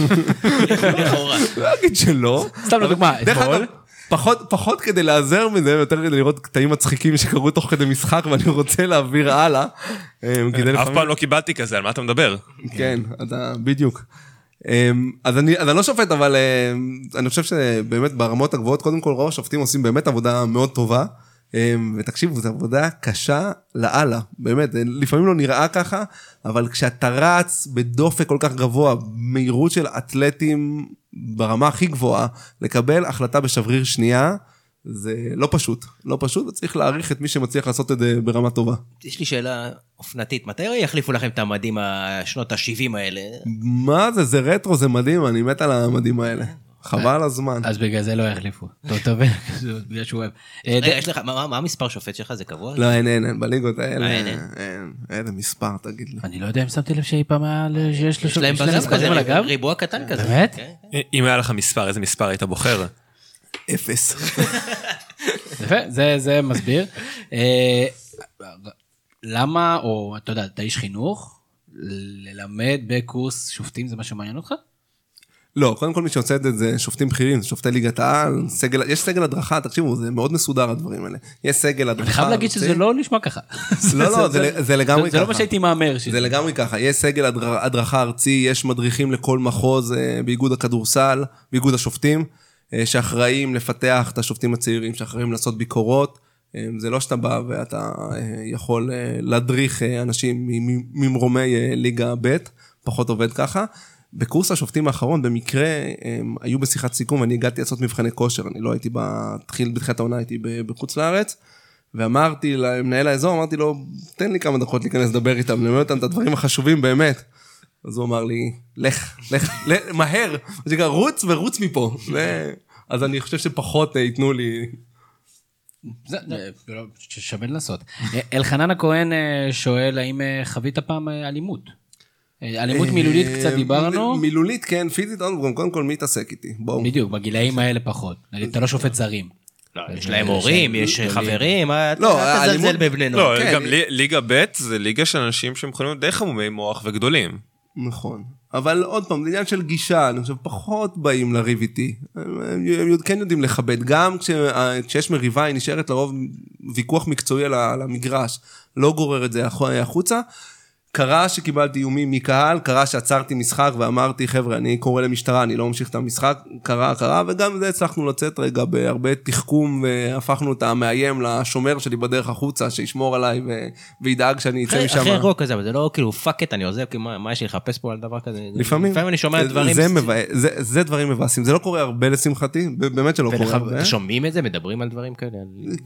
לא אגיד שלא. סתם לדוגמה, אתמול. פחות כדי לעזר מזה, יותר כדי לראות קטעים מצחיקים שקרו תוך כדי משחק, ואני רוצה להעביר הלאה. אף פעם לא קיבלתי כזה, על מה אתה מדבר? כן, אתה בדיוק. אז אני לא שופט, אבל אני חושב שבאמת ברמות הגבוהות, קודם כל רוב השופטים עושים באמת עבודה מאוד טובה, ותקשיבו, זו עבודה קשה לאללה, באמת, לפעמים לא נראה ככה, אבל כשאתה רץ בדופק כל כך גבוה, מהירות של אתלטים ברמה הכי גבוהה, לקבל החלטה בשבריר שנייה, זה לא פשוט, לא פשוט, וצריך להעריך את מי שמצליח לעשות את זה ברמה טובה. יש לי שאלה אופנתית, מתי יחליפו לכם את המדים השנות ה-70 האלה? מה זה? זה רטרו, זה מדהים, אני מת על המדים האלה. חבל הזמן. אז בגלל זה לא יחליפו. טוב, בגלל שהוא אוהב. יש לך, מה המספר שופט שלך? זה קבוע? לא, אין, בליגות האלה, אין מספר, תגיד לי. אני לא יודע אם שמתי לב שאי פעם שיש לו להם מספרים על הגב. ריבוע קטן כזה. באמת? אם היה לך מספר, איזה מספר היית בוחר? 0. יפה, זה מסביר. למה, או אתה יודע, אתה איש חינוך, ללמד בקורס שופטים, זה מה שמעניין אותך? לא, קודם כל מי שעושה את זה שופטים בכירים, זה שופטי ליגת העל, יש סגל הדרכה, תקשיבו, זה מאוד מסודר הדברים האלה. יש סגל הדרכה. אני חייב להגיד שזה לא נשמע ככה. לא, זה לגמרי ככה. זה לא מה שהייתי מאמר. זה לגמרי ככה, יש סגל הדרכה ארצי, יש מדריכים לכל מחוז באיגוד הכדורסל, באיגוד השופטים, שאחראים לפתח את השופטים הצעירים, שאחראים לעשות ביקורות. זה לא שאתה בא ואתה יכול להדריך אנשים ממרומי ליגה ב', פחות עובד ככה. בקורס השופטים האחרון, במקרה, היו בשיחת סיכום, ואני הגעתי לעשות מבחני כושר, אני לא הייתי בתחילת העונה, הייתי בחוץ לארץ, ואמרתי למנהל האזור, אמרתי לו, תן לי כמה דקות להיכנס לדבר איתם, ללמד אותם את הדברים החשובים באמת. אז הוא אמר לי, לך, מהר, רוץ ורוץ מפה. אז אני חושב שפחות ייתנו לי שווה לנסות. אלחנן הכהן שואל האם חווית פעם אלימות? אלימות מילולית קצת דיברנו. מילולית כן, פיזית קודם כל מי יתעסק איתי, בואו. בדיוק, בגילאים האלה פחות. נגיד, אתה לא שופט זרים. יש להם הורים, יש חברים, אתה תזלזל בבני נוער. לא, גם ליגה ב' זה ליגה של אנשים שהם יכולים להיות די חמומי מוח וגדולים. נכון. אבל עוד פעם, זה עניין של גישה, אני חושב, פחות באים לריב איתי. הם כן יודעים לכבד, גם כשיש מריבה, היא נשארת לרוב ויכוח מקצועי על המגרש, לא גורר את זה החוצה. קרה שקיבלתי איומים מקהל, קרה שעצרתי משחק ואמרתי, חבר'ה, אני קורא למשטרה, אני לא ממשיך את המשחק, קרה, וגם זה הצלחנו לצאת רגע בהרבה תחכום, והפכנו את המאיים לשומר שלי בדרך החוצה, שישמור עליי וידאג שאני אצא משם. אחרי אירוע כזה, אבל זה לא כאילו פאק את, אני עוזב, מה יש לי לחפש פה על דבר כזה? לפעמים אני שומע דברים. זה דברים מבאסים, זה לא קורה הרבה לשמחתי, באמת שלא קורה הרבה. שומעים את זה, מדברים על דברים כאלה?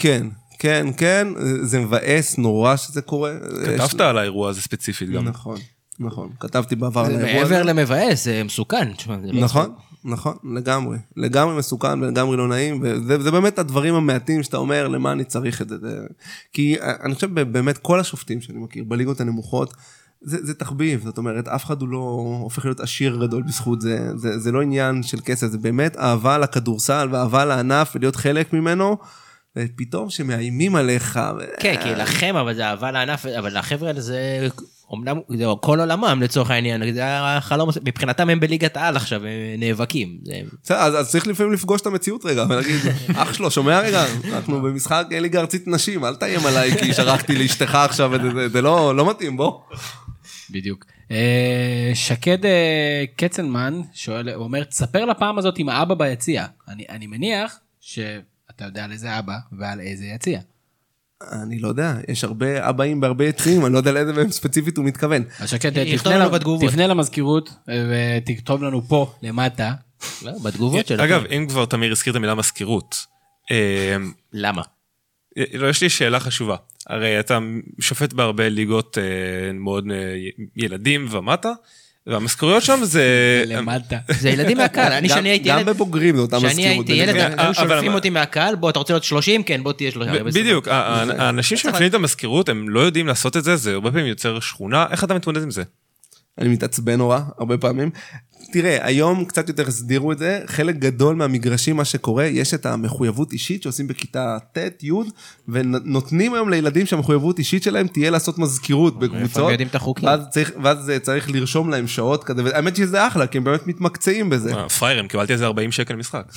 כן, זה מבאס נורא שזה קורה. כתבת על האירוע הזה ספציפית גם. נכון, כתבתי בעבר על האירוע הזה. מעבר למבאס, זה מסוכן. נכון, לגמרי מסוכן ולגמרי לא נעים, וזה באמת הדברים המעטים שאתה אומר, למה אני צריך את זה. כי אני חושב באמת כל השופטים שאני מכיר, בליגות הנמוכות, זה תחביב, זאת אומרת, אף אחד הוא לא הופך להיות עשיר גדול בזכות זה, זה לא עניין של כסף, זה באמת אהבה לכדורסל ואהבה לענף ולהיות חלק ממנו, ופתאום שמאיימים עליך. כן, כי לכם, אבל זה אהבה לענף, אבל לחבר'ה האלה זה, אומנם, זה כל עולמם לצורך העניין, זה החלום, מבחינתם הם בליגת העל עכשיו, הם נאבקים. אז צריך לפעמים לפגוש את המציאות רגע, ולהגיד, אח שלו, שומע רגע, אנחנו במשחק ליגה ארצית נשים, אל תאיים עליי, כי שרקתי לאשתך עכשיו, זה לא מתאים, בוא. בדיוק. שקד קצנמן שואל, הוא אומר, תספר לפעם הזאת עם האבא ביציע. אני מניח שאתה יודע על איזה אבא ועל איזה יציע. אני לא יודע, יש הרבה אבאים בהרבה יציעים, אני לא יודע לאיזה מהם ספציפית הוא מתכוון. אז שקד, תפנה למזכירות ותכתוב לנו פה למטה. בתגובות שלנו. אגב, אם כבר תמיר הזכיר את המילה מזכירות. למה? לא, יש לי שאלה חשובה. הרי אתה שופט בהרבה ליגות מאוד ילדים ומטה, והמזכירויות שם זה... למטה. זה ילדים מהקהל. אני שאני הייתי ילד... גם בבוגרים זה אותה מזכירות. שאני הייתי ילד, היו שולפים אותי מהקהל, בוא, אתה רוצה להיות 30? כן, בוא תהיה 30. בדיוק, האנשים שמפעילים את המזכירות, הם לא יודעים לעשות את זה, זה הרבה פעמים יוצר שכונה. איך אתה מתמודד עם זה? אני מתעצבן נורא, הרבה פעמים. תראה, היום קצת יותר הסדירו את זה, חלק גדול מהמגרשים, מה שקורה, יש את המחויבות אישית שעושים בכיתה ט', י', ונותנים היום לילדים שהמחויבות אישית שלהם תהיה לעשות מזכירות בקבוצות, ואז צריך לרשום להם שעות כזה, והאמת שזה אחלה, כי הם באמת מתמקצעים בזה. פריירים, קיבלתי איזה 40 שקל משחק.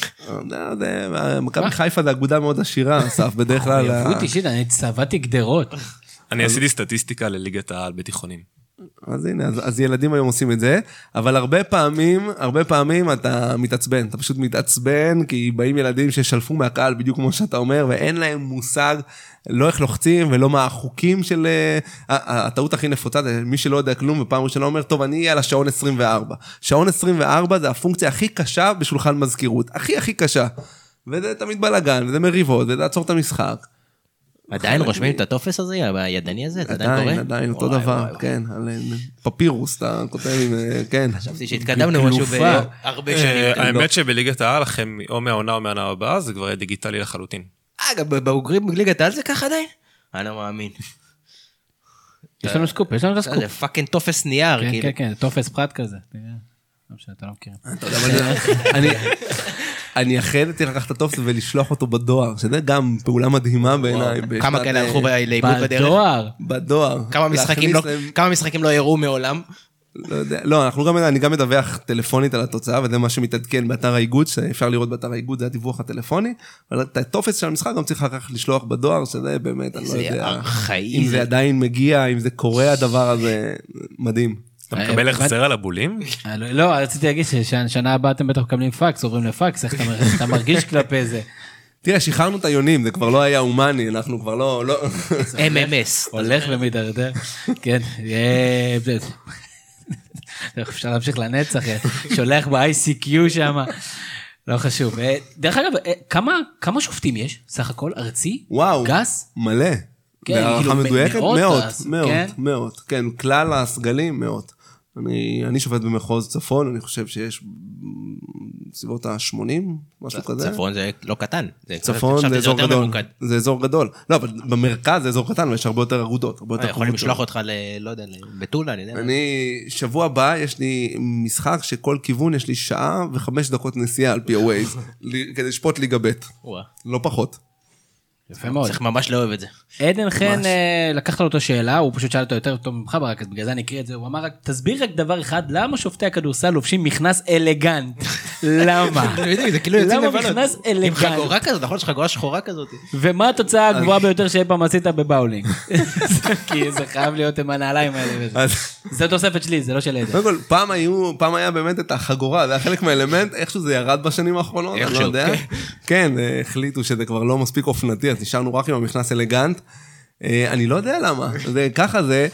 מכבי חיפה זה אגודה מאוד עשירה, אסף, בדרך כלל. מחויבות אישית, אני צבעתי גדרות. אני עשיתי סטטיסטיקה לליגת העל בתיכונים. אז הנה, אז ילדים היום עושים את זה, אבל הרבה פעמים אתה מתעצבן, אתה פשוט מתעצבן, כי באים ילדים ששלפו מהקהל, בדיוק כמו שאתה אומר, ואין להם מושג, לא איך לוחצים, ולא מה החוקים של... הטעות הכי נפוצה, זה מי שלא יודע כלום, ופעם ראשונה אומר, טוב, אני אהיה על השעון 24. שעון 24 זה הפונקציה הכי קשה בשולחן מזכירות, הכי קשה. וזה תמיד בלגן, וזה מריבות, וזה לעצור את המשחק. עדיין רושמים את הטופס הזה, הידני הזה? אתה עדיין קורא? עדיין, אותו דבר, כן, על פפירוס, אתה כותב עם, כן. חשבתי שהתקדמנו משהו בהרבה שנים. האמת שבליגת העל, לכם או מהעונה או מהעונה הבאה, זה כבר יהיה דיגיטלי לחלוטין. אגב, בבוגרים בליגת העל זה ככה עדיין? אני לא מאמין. יש לנו סקופ. זה פאקינג טופס נייר. כן, טופס פרט כזה. לא משנה, אתה לא מכיר. אני החלטתי לקחת את הטופס ולשלוח אותו בדואר, שזה גם פעולה מדהימה בעיניי. כמה כאלה הלכו לאיבוד בדרך? בדואר. כמה משחקים לא הראו מעולם? לא יודע, לא, אני גם מדווח טלפונית על התוצאה, וזה מה שמתעדכן באתר האיגוד, שאפשר לראות באתר האיגוד, זה הדיווח הטלפוני, אבל את הטופס של המשחק גם צריך לקחת לשלוח בדואר, שזה באמת, אני לא יודע, אם זה עדיין מגיע, אם זה קורה הדבר הזה, מדהים. אתה מקבל החזר על הבולים? לא, רציתי להגיד ששנה הבאה אתם בטח מקבלים פקס, עוברים לפקס, איך אתה מרגיש כלפי זה? תראה, שחררנו את היונים, זה כבר לא היה הומני, אנחנו כבר לא... MMS. הולך ומתדרדר, כן. אפשר להמשיך לנצח, שולח ב-ICQ שם, לא חשוב. דרך אגב, כמה שופטים יש? סך הכל ארצי? וואו, גס? מלא. בהערכה מדויקת? מאות. כן, כלל הסגלים, מאות. אני שופט במחוז צפון, אני חושב שיש בסביבות ה-80, משהו כזה. צפון זה לא קטן. צפון זה אזור גדול. זה אזור גדול. לא, אבל במרכז זה אזור קטן, ויש הרבה יותר אגודות. יכולים לשלוח אותך לא יודע, בטולה, אני יודע. שבוע הבא יש לי משחק שכל כיוון יש לי שעה ו5 דקות נסיעה על פי הווייז, כדי לשפוט ליגה ב'. לא פחות. יפה מאוד. צריך ממש לאהוב את זה. עדן חן, לקחת לו אותו שאלה, הוא פשוט שאל אותו יותר טוב ממך ברק, אז בגלל זה אני אקריא את זה, הוא אמר רק, תסביר רק דבר אחד, למה שופטי הכדורסל לובשים מכנס אלגנט? למה? זה כאילו יוצאים למה מכנס אלגנט? עם חגורה כזאת, נכון? יש חגורה שחורה כזאת. ומה התוצאה הגבוהה ביותר שאי פעם עשית בבאולינג? כי זה חייב להיות עם הנעליים האלה. זה תוספת שלי, זה לא של עדן. קודם כל, פעם היה באמת את החגורה, זה היה חלק מהאלמנט, איכשהו זה ירד בשנים האחרונות, אני לא יודע. כן, החליטו שזה כבר לא מספיק אופנתי, אז נשארנו רק עם המכנס אלגנט. אני לא יודע למה, ככה זה,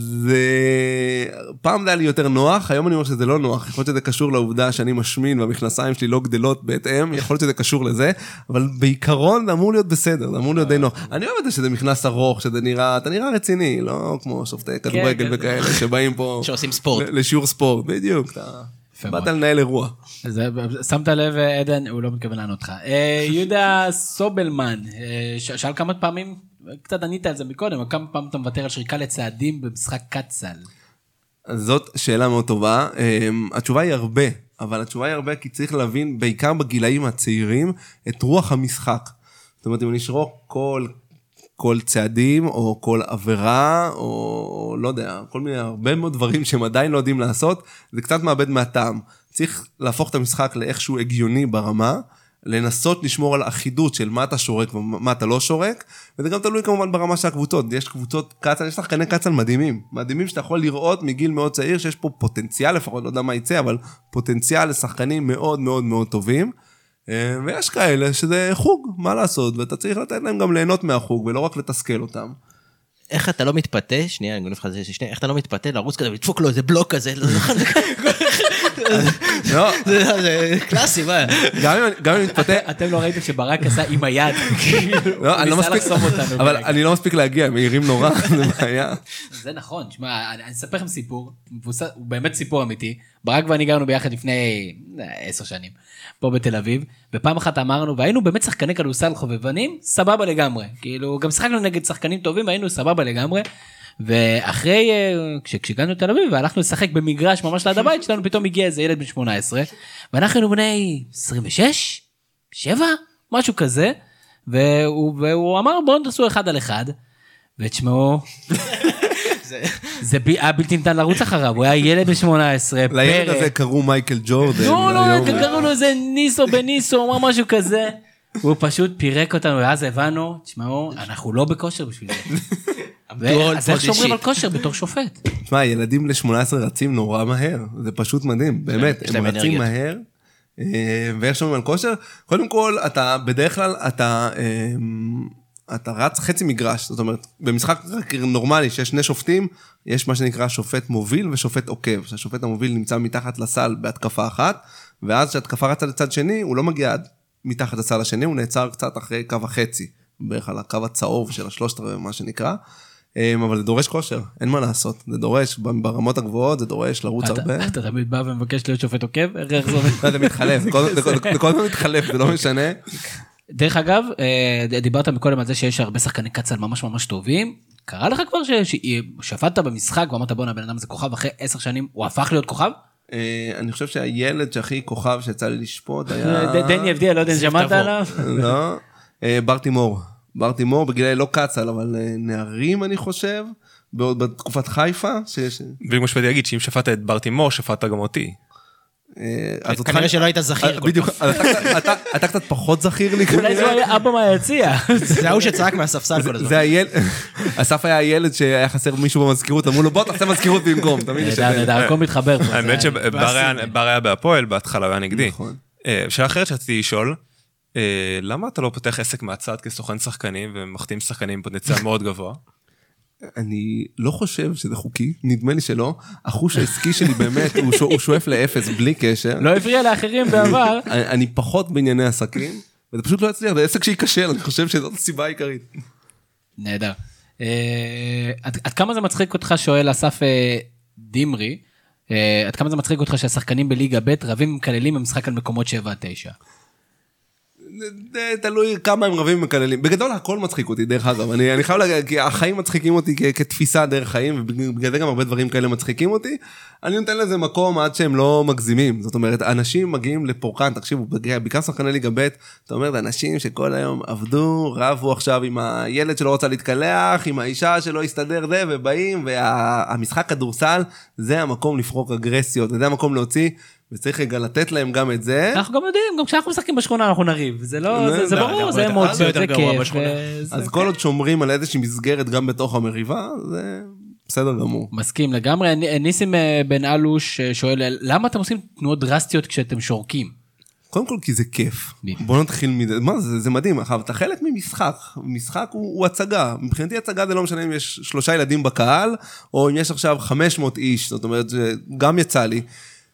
פעם זה היה לי יותר נוח, היום אני אומר שזה לא נוח, יכול להיות שזה קשור לעובדה שאני משמין והמכנסיים שלי לא גדלות בהתאם, יכול להיות שזה קשור לזה, אבל בעיקרון זה אמור להיות בסדר, זה אמור להיות די נוח. אני אוהב את זה שזה מכנס ארוך, שזה נראה, אתה נראה רציני, לא כמו שופטי כדורגל וכאלה, שבאים פה שעושים ספורט. לשיעור ספורט, בדיוק, באת לנהל אירוע. שמת לב, עדן, הוא לא מתכוון לענות לך. יהודה סובלמן, שאל כמה פעמים, קצת ענית על זה מקודם, כמה פעמים אתה מוותר על שריקה לצעדים במשחק קצל? זאת שאלה מאוד טובה. התשובה היא הרבה, אבל התשובה היא הרבה כי צריך להבין, בעיקר בגילאים הצעירים, את רוח המשחק. זאת אומרת, אם אני אשרוק כל צעדים, או כל עבירה, או לא יודע, כל מיני הרבה מאוד דברים שהם עדיין לא יודעים לעשות, זה קצת מאבד מהטעם. צריך להפוך את המשחק לאיכשהו הגיוני ברמה, לנסות לשמור על אחידות של מה אתה שורק ומה אתה לא שורק, וזה גם תלוי כמובן ברמה של הקבוצות. יש קבוצות קצל, יש שחקני קצל מדהימים, מדהימים שאתה יכול לראות מגיל מאוד צעיר, שיש פה פוטנציאל, לפחות לא יודע מה יצא, אבל פוטנציאל לשחקנים מאוד מאוד מאוד טובים, ויש כאלה שזה חוג, מה לעשות, ואתה צריך לתת להם גם ליהנות מהחוג, ולא רק לתסכל אותם. איך אתה לא מתפתה, שנייה, אני גונב לך זה שנייה, איך אתה לא מתפתה לרוץ כזה, ולדפוק לו איזה בלוק כזה, זה קלאסי, מה? גם אם מתפתה... אתם לא ראיתם שברק עשה עם היד, לא, אני לא מספיק, אבל אני לא מספיק להגיע, הם מהירים נורא, זה בעיה. זה נכון, תשמע, אני אספר לכם סיפור, הוא באמת סיפור אמיתי, ברק ואני גרנו ביחד לפני 10 שנים, פה בתל אביב, ופעם אחת אמרנו, והיינו באמת שחקני כדורסל חובבנים, סבבה לגמרי, כאילו, גם שחקנו נגד שחקנים טובים, והיינו סבבה לגמרי, ואחרי, כשהגענו לתל אביב, והלכנו לשחק במגרש ממש ליד הבית שלנו, פתאום הגיע איזה ילד בן 18, ואנחנו היינו בני 26, 7, משהו כזה, והוא אמר, בואו נעשו 1 על 1, ותשמעו, זה היה בלתי ניתן לרוץ אחריו, הוא היה ילד ב-18, לילד הזה קראו מייקל ג'ורדן. לא, קראו לו איזה ניסו בניסו, או משהו כזה. הוא פשוט פירק אותנו, ואז הבנו, תשמעו, אנחנו לא בכושר בשביל זה. אז איך שומרים על כושר בתור שופט? תשמע, ילדים ל-18 רצים נורא מהר, זה פשוט מדהים, באמת, הם רצים מהר, ואיך שומרים על כושר? קודם כל, בדרך כלל, אתה רץ חצי מגרש, זאת אומרת, במשחק נורמלי שיש 2 שופטים, יש מה שנקרא שופט מוביל ושופט עוקב, שהשופט המוביל נמצא מתחת לסל בהתקפה אחת, ואז כשהתקפה רצה לצד שני, הוא לא מגיע עד מתחת לסל השני, הוא נעצר קצת אחרי קו החצי, בערך על הקו הצהוב של 3/4, מה שנקרא, אבל זה דורש כושר, אין מה לעשות, זה דורש, ברמות הגבוהות, זה דורש לרוץ הרבה. אתה תמיד בא ומבקש להיות שופט עוקב? איך זה עובד? זה מתחלף, זה כל הזמן מתחלף, זה לא משנה. דרך אגב, דיברת מקודם על זה שיש הרבה שחקני קצל ממש ממש טובים, קרה לך כבר ששפטת במשחק ואמרת בוא הבן אדם הזה כוכב, אחרי 10 שנים הוא הפך להיות כוכב? אני חושב שהילד שהכי כוכב שיצא לי לשפוט היה... דני אבדיה, לא יודע אם שמעת עליו? לא, ברטימור בגילי לא קצל, אבל נערים אני חושב, בתקופת חיפה. בדיוק משפטי להגיד שאם שפטת את ברטימור, שפטת גם אותי. כנראה שלא היית זכיר. בדיוק, אתה קצת פחות זכיר לי. אולי זה היה אבא מהיציע. זה ההוא שצעק מהספסל כל הזמן. זה הילד, אסף היה הילד שהיה חסר מישהו במזכירות, אמרו לו בוא תעשה מזכירות במקום. הכל מתחבר. האמת שבר היה בהפועל, בהתחלה היה נגדי. שאלה אחרת שרציתי לשאול, למה אתה לא פותח עסק מהצד כסוכן שחקנים ומחתים שחקנים פוטנציאל מאוד גבוה? אני לא חושב שזה חוקי, נדמה לי שלא. החוש העסקי שלי באמת, הוא שואף לאפס בלי קשר. לא הפריע לאחרים בעבר. אני פחות בענייני עסקים, וזה פשוט לא יצליח, זה עסק שייכשל, אני חושב שזאת הסיבה העיקרית. נהדר. עד כמה זה מצחיק אותך, שואל אסף דמרי, עד כמה זה מצחיק אותך שהשחקנים בליגה ב' רבים מקללים במשחק על מקומות 7-9? תלוי כמה הם רבים ומקללים. בגדול הכל מצחיק אותי, דרך אגב. אני חייב להגיד, כי החיים מצחיקים אותי כתפיסה דרך חיים, ובגלל זה גם הרבה דברים כאלה מצחיקים אותי. אני נותן לזה מקום עד שהם לא מגזימים. זאת אומרת, אנשים מגיעים לפורקן, תקשיבו, בעיקר שחקני ליגה ב', זאת אומרת, אנשים שכל היום עבדו, רבו עכשיו עם הילד שלא רוצה להתקלח, עם האישה שלא יסתדר זה, ובאים, והמשחק כדורסל, זה המקום לפרוק אגרסיות, זה המקום להוציא, וצריך רגע לתת להם גם את זה. אנחנו גם יודעים, גם כשאנחנו משחקים בשכונה אנחנו נריב, זה ברור, זה אמוציות, זה כיף. אז כל עוד שומרים על איזושהי מסגרת גם בתוך המריבה, זה בסדר גמור. מסכים לגמרי. ניסים בן אלוש שואל, למה אתם עושים תנועות דרסטיות כשאתם שורקים? קודם כל כי זה כיף. בוא נתחיל מזה, מה זה מדהים, אתה חלק ממשחק, משחק הוא הצגה, מבחינתי הצגה זה לא משנה אם יש 3 ילדים בקהל, או אם יש עכשיו 500 איש, זאת אומרת, גם יצא לי.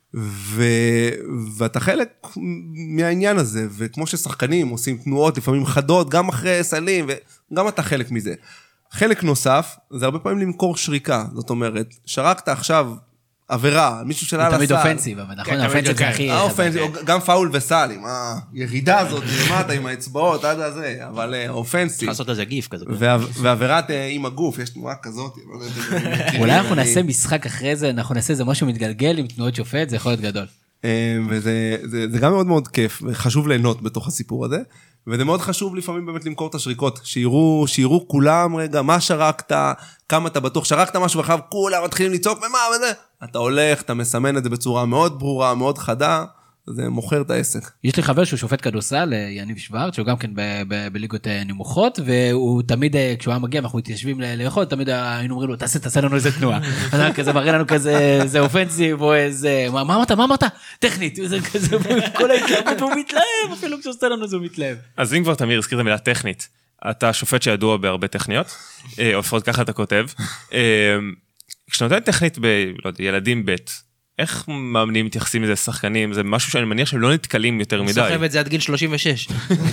ואתה חלק מהעניין הזה, וכמו ששחקנים עושים תנועות לפעמים חדות, גם אחרי סלים, וגם אתה חלק מזה. חלק נוסף, זה הרבה פעמים למכור שריקה, זאת אומרת, שרקת עכשיו עבירה, מישהו שלה לסל. תמיד אופנסיב, אבל נכון, האופנסיב זה הכי... גם פאול וסל, עם הירידה הזאת, למטה עם האצבעות, עד הזה, אבל אופנסיב. צריך לעשות לזה גיף כזה. ועבירת עם הגוף, יש תנועה כזאת. אולי אנחנו נעשה משחק אחרי זה, אנחנו נעשה איזה משהו מתגלגל עם תנועות שופט, זה יכול להיות גדול. וזה גם מאוד מאוד כיף, וחשוב ליהנות בתוך הסיפור הזה, וזה מאוד חשוב לפעמים באמת למכור את השריקות, שיראו כולם רגע, מה שרקת, כמה אתה בטוח, שרקת משהו ואחריו, כולם מתחילים לצעוק, ומה וזה, אתה הולך, אתה מסמן את זה בצורה מאוד ברורה, מאוד חדה, זה מוכר את העסק. יש לי חבר שהוא שופט כדורסל, יניב שוורץ, שהוא גם כן בליגות נמוכות, והוא תמיד, כשהוא היה מגיע, אנחנו מתיישבים לאכול, תמיד היינו אומרים לו, תעשה לנו איזה תנועה. כזה מראה לנו כזה, זה אופנסיב, או איזה, מה אמרת? טכנית, זה כזה, כל ההתלהבות, והוא מתלהב, אפילו כשעושה לנו זה הוא מתלהב. אז אם כבר תמיר הזכיר את המילה טכנית, אתה שופט שידוע בהרבה טכניות, או לפחות ככה אתה כותב, כשאתה נותן טכנית בילדים ב', איך מאמנים מתייחסים לזה שחקנים? זה משהו שאני מניח שהם לא נתקלים יותר מדי. סוחב את זה עד גיל 36.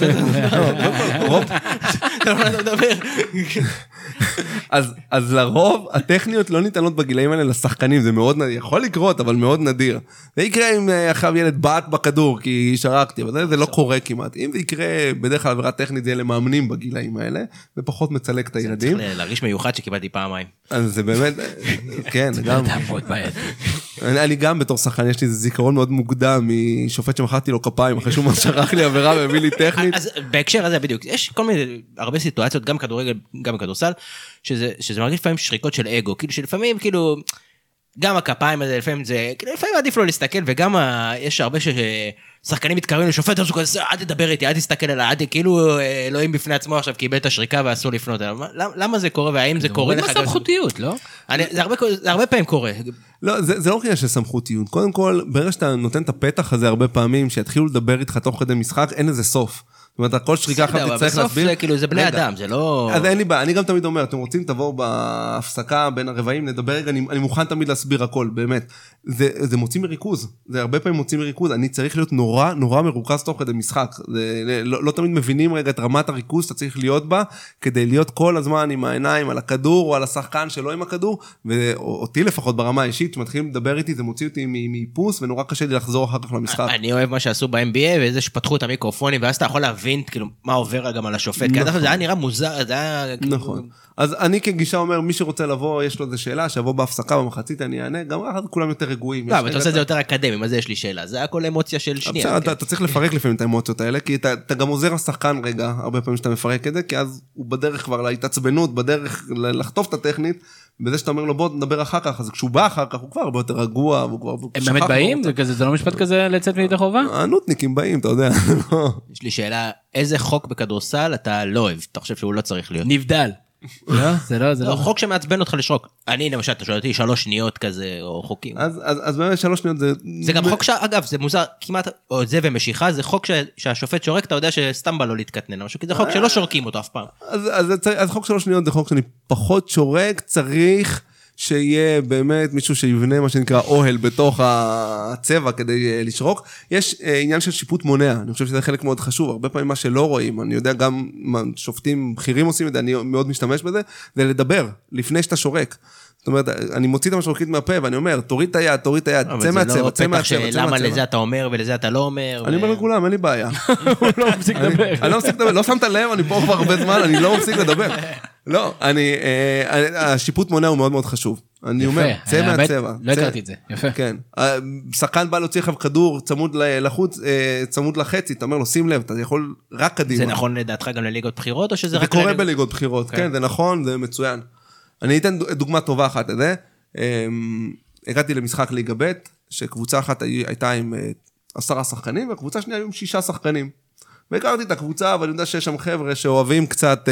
אז לרוב, הטכניות לא ניתנות בגילאים האלה לשחקנים, זה מאוד נדיר, יכול לקרות, אבל מאוד נדיר. זה יקרה אם עכשיו ילד בעט בכדור, כי שרקתי, אבל זה לא קורה כמעט. אם זה יקרה, בדרך כלל עבירה טכנית, זה יהיה למאמנים בגילאים האלה, ופחות מצלק את הילדים. צריך להרגיש מיוחד שקיבלתי פעמיים. אז זה באמת, כן, גם... אני גם בתור שחקן, יש לי איזה זיכרון מאוד מוקדם, משופט שמחרתי לו כפיים, אחרי שהוא שרק לי עבירה והביא לי טכנית. אז בהקשר הזה בדיוק, יש כל מיני, הרבה סיטואציות, גם כדורגל, גם כדורסל, שזה מרגיש לפעמים שריקות של אגו, כאילו שלפעמים, כאילו, גם הכפיים הזה, לפעמים זה, כאילו, לפעמים עדיף לא להסתכל, וגם יש הרבה ששחקנים מתקרבים לשופט, אז הוא כזה, אל תדבר איתי, אל תסתכל עליי, כאילו אלוהים בפני עצמו עכשיו קיבל את השריקה ואסור לפנות אליו. למה זה קורה, והאם זה קורה לך? זה סמכותיות, לא? זה הרבה פעמים קורה. לא, זה לא קריאה של סמכותיות. קודם כל, ברגע שאתה נותן את הפתח הזה הרבה פעמים, שיתחילו לדבר איתך תוך כדי משחק, אין איזה סוף. זאת אומרת, כל שריקה אחת תצטרך להסביר. בסוף זה כאילו, זה בני אדם, זה לא... אז אין לי בעיה, אני גם תמיד אומר, אתם רוצים תבואו בהפסקה בין הרבעים, נדבר רגע, אני מוכן תמיד להסביר הכל, באמת. זה מוציא מריכוז, זה הרבה פעמים מוציא מריכוז, אני צריך להיות נורא מרוכז תוך כדי משחק. לא תמיד מבינים רגע את רמת הריכוז, אתה צריך להיות בה, כדי להיות כל הזמן עם העיניים על הכדור, או על השחקן שלא עם הכדור, ואותי לפחות ברמה האישית, שמתחילים לדבר איתי, זה מוציא אותי מאיפוס, ונורא קשה לי לחזור אחר כך למשחק. אני אוהב מה שעשו ב-NBA, וזה שפתחו את המיקרופונים, ואז אתה יכול להבין, כאילו, מה עובר גם על השופט, כי זה היה נראה מוזר, זה היה... נכון. אז אני כגישה אומר, מי שרוצה לבוא, יש לו איזו שאלה, שיבוא בהפסקה במחצית, אני אענה, גם כולם יותר רגועים. לא, אבל אתה עושה את זה יותר אקדמי, מה זה יש לי שאלה? זה הכל אמוציה של שנייה. אתה צריך לפרק לפעמים את האמוציות האלה, כי אתה גם עוזר לשחקן רגע, הרבה פעמים שאתה מפרק את זה, כי אז הוא בדרך כבר להתעצבנות, בדרך לחטוף את הטכנית, בזה שאתה אומר לו בוא נדבר אחר כך, אז כשהוא בא אחר כך הוא כבר הרבה יותר רגוע, הם באמת באים? זה לא משפט כזה לצאת מידי חובה? הנותניקים באים, אתה יודע. יש לי שאלה, איזה חוק בכדורסל אתה לא אוהב? אתה חושב שהוא לא צריך להיות? נבדל. לא, זה לא. חוק שמעצבן אותך לשרוק. אני למשל, אתה שואל אותי 3 שניות כזה, או חוקים. אז באמת 3 שניות זה... זה גם חוק אגב, זה מוזר, כמעט, או זה ומשיכה, זה חוק שהשופט שורק, אתה יודע שסתם בא לו להתקטנן, משהו, כי זה חוק שלא שורקים אותו אף פעם. אז חוק 3 שניות זה חוק שאני פחות שורק, צריך שיהיה באמת מישהו שיבנה מה שנקרא אוהל בתוך הצבע כדי לשרוק. יש עניין של שיפוט מונע, אני חושב שזה חלק מאוד חשוב, הרבה פעמים מה שלא רואים, אני יודע גם שופטים בכירים עושים את זה, אני מאוד משתמש בזה, זה לדבר לפני שאתה שורק. זאת זאת אומרת, אני מוציא את המשרוקית מהפה, ואני אומר, תוריד את היד, צא מהצבע, צא מהצבע. למה לזה אתה אומר ולזה אתה לא אומר? אני אומר לכולם, אין לי בעיה. הוא לא מפסיק לדבר. אני לא מפסיק לדבר, לא שמת לב, אני פה כבר הרבה זמן, אני לא מפסיק לדבר. לא, השיפוט מונע הוא מאוד מאוד חשוב. אני אומר, צא מהצבע. לא הכרתי את זה, יפה. כן. שחקן בא להוציא לך כדור צמוד לחוץ, צמוד לחצי, אתה אומר לו, שים לב, אתה יכול רק קדימה. זה נכון לדעתך גם לליגות בחירות, או שזה רק... זה קורה בליגות בחירות, כן, זה נכון, זה מצוין. אני אתן דוגמה טובה אחת, אתה יודע, הגעתי למשחק ליגה ב' שקבוצה אחת הייתה עם 10 שחקנים, והקבוצה שנייה היו עם 6 שחקנים. והכרתי את הקבוצה, אבל אני יודע שיש שם חבר'ה שאוהבים קצת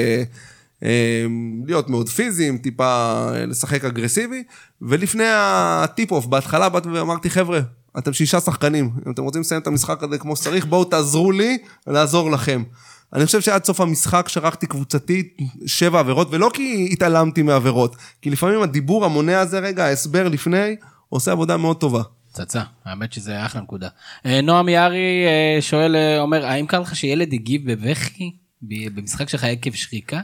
להיות מאוד פיזיים, טיפה לשחק אגרסיבי, ולפני הטיפ-אוף, בהתחלה באתי ואמרתי, חבר'ה, אתם 6 שחקנים, אם אתם רוצים לסיים את המשחק הזה כמו שצריך, בואו תעזרו לי ולעזור לכם. אני חושב שעד סוף המשחק שרחתי קבוצתית 7 עבירות, ולא כי התעלמתי מעבירות, כי לפעמים הדיבור המונע הזה רגע, ההסבר לפני, עושה עבודה מאוד טובה. צצה, האמת שזה אחלה נקודה. נועם יערי שואל, אומר, האם קרה לך שילד הגיב בבכי במשחק שלך עקב שריקה?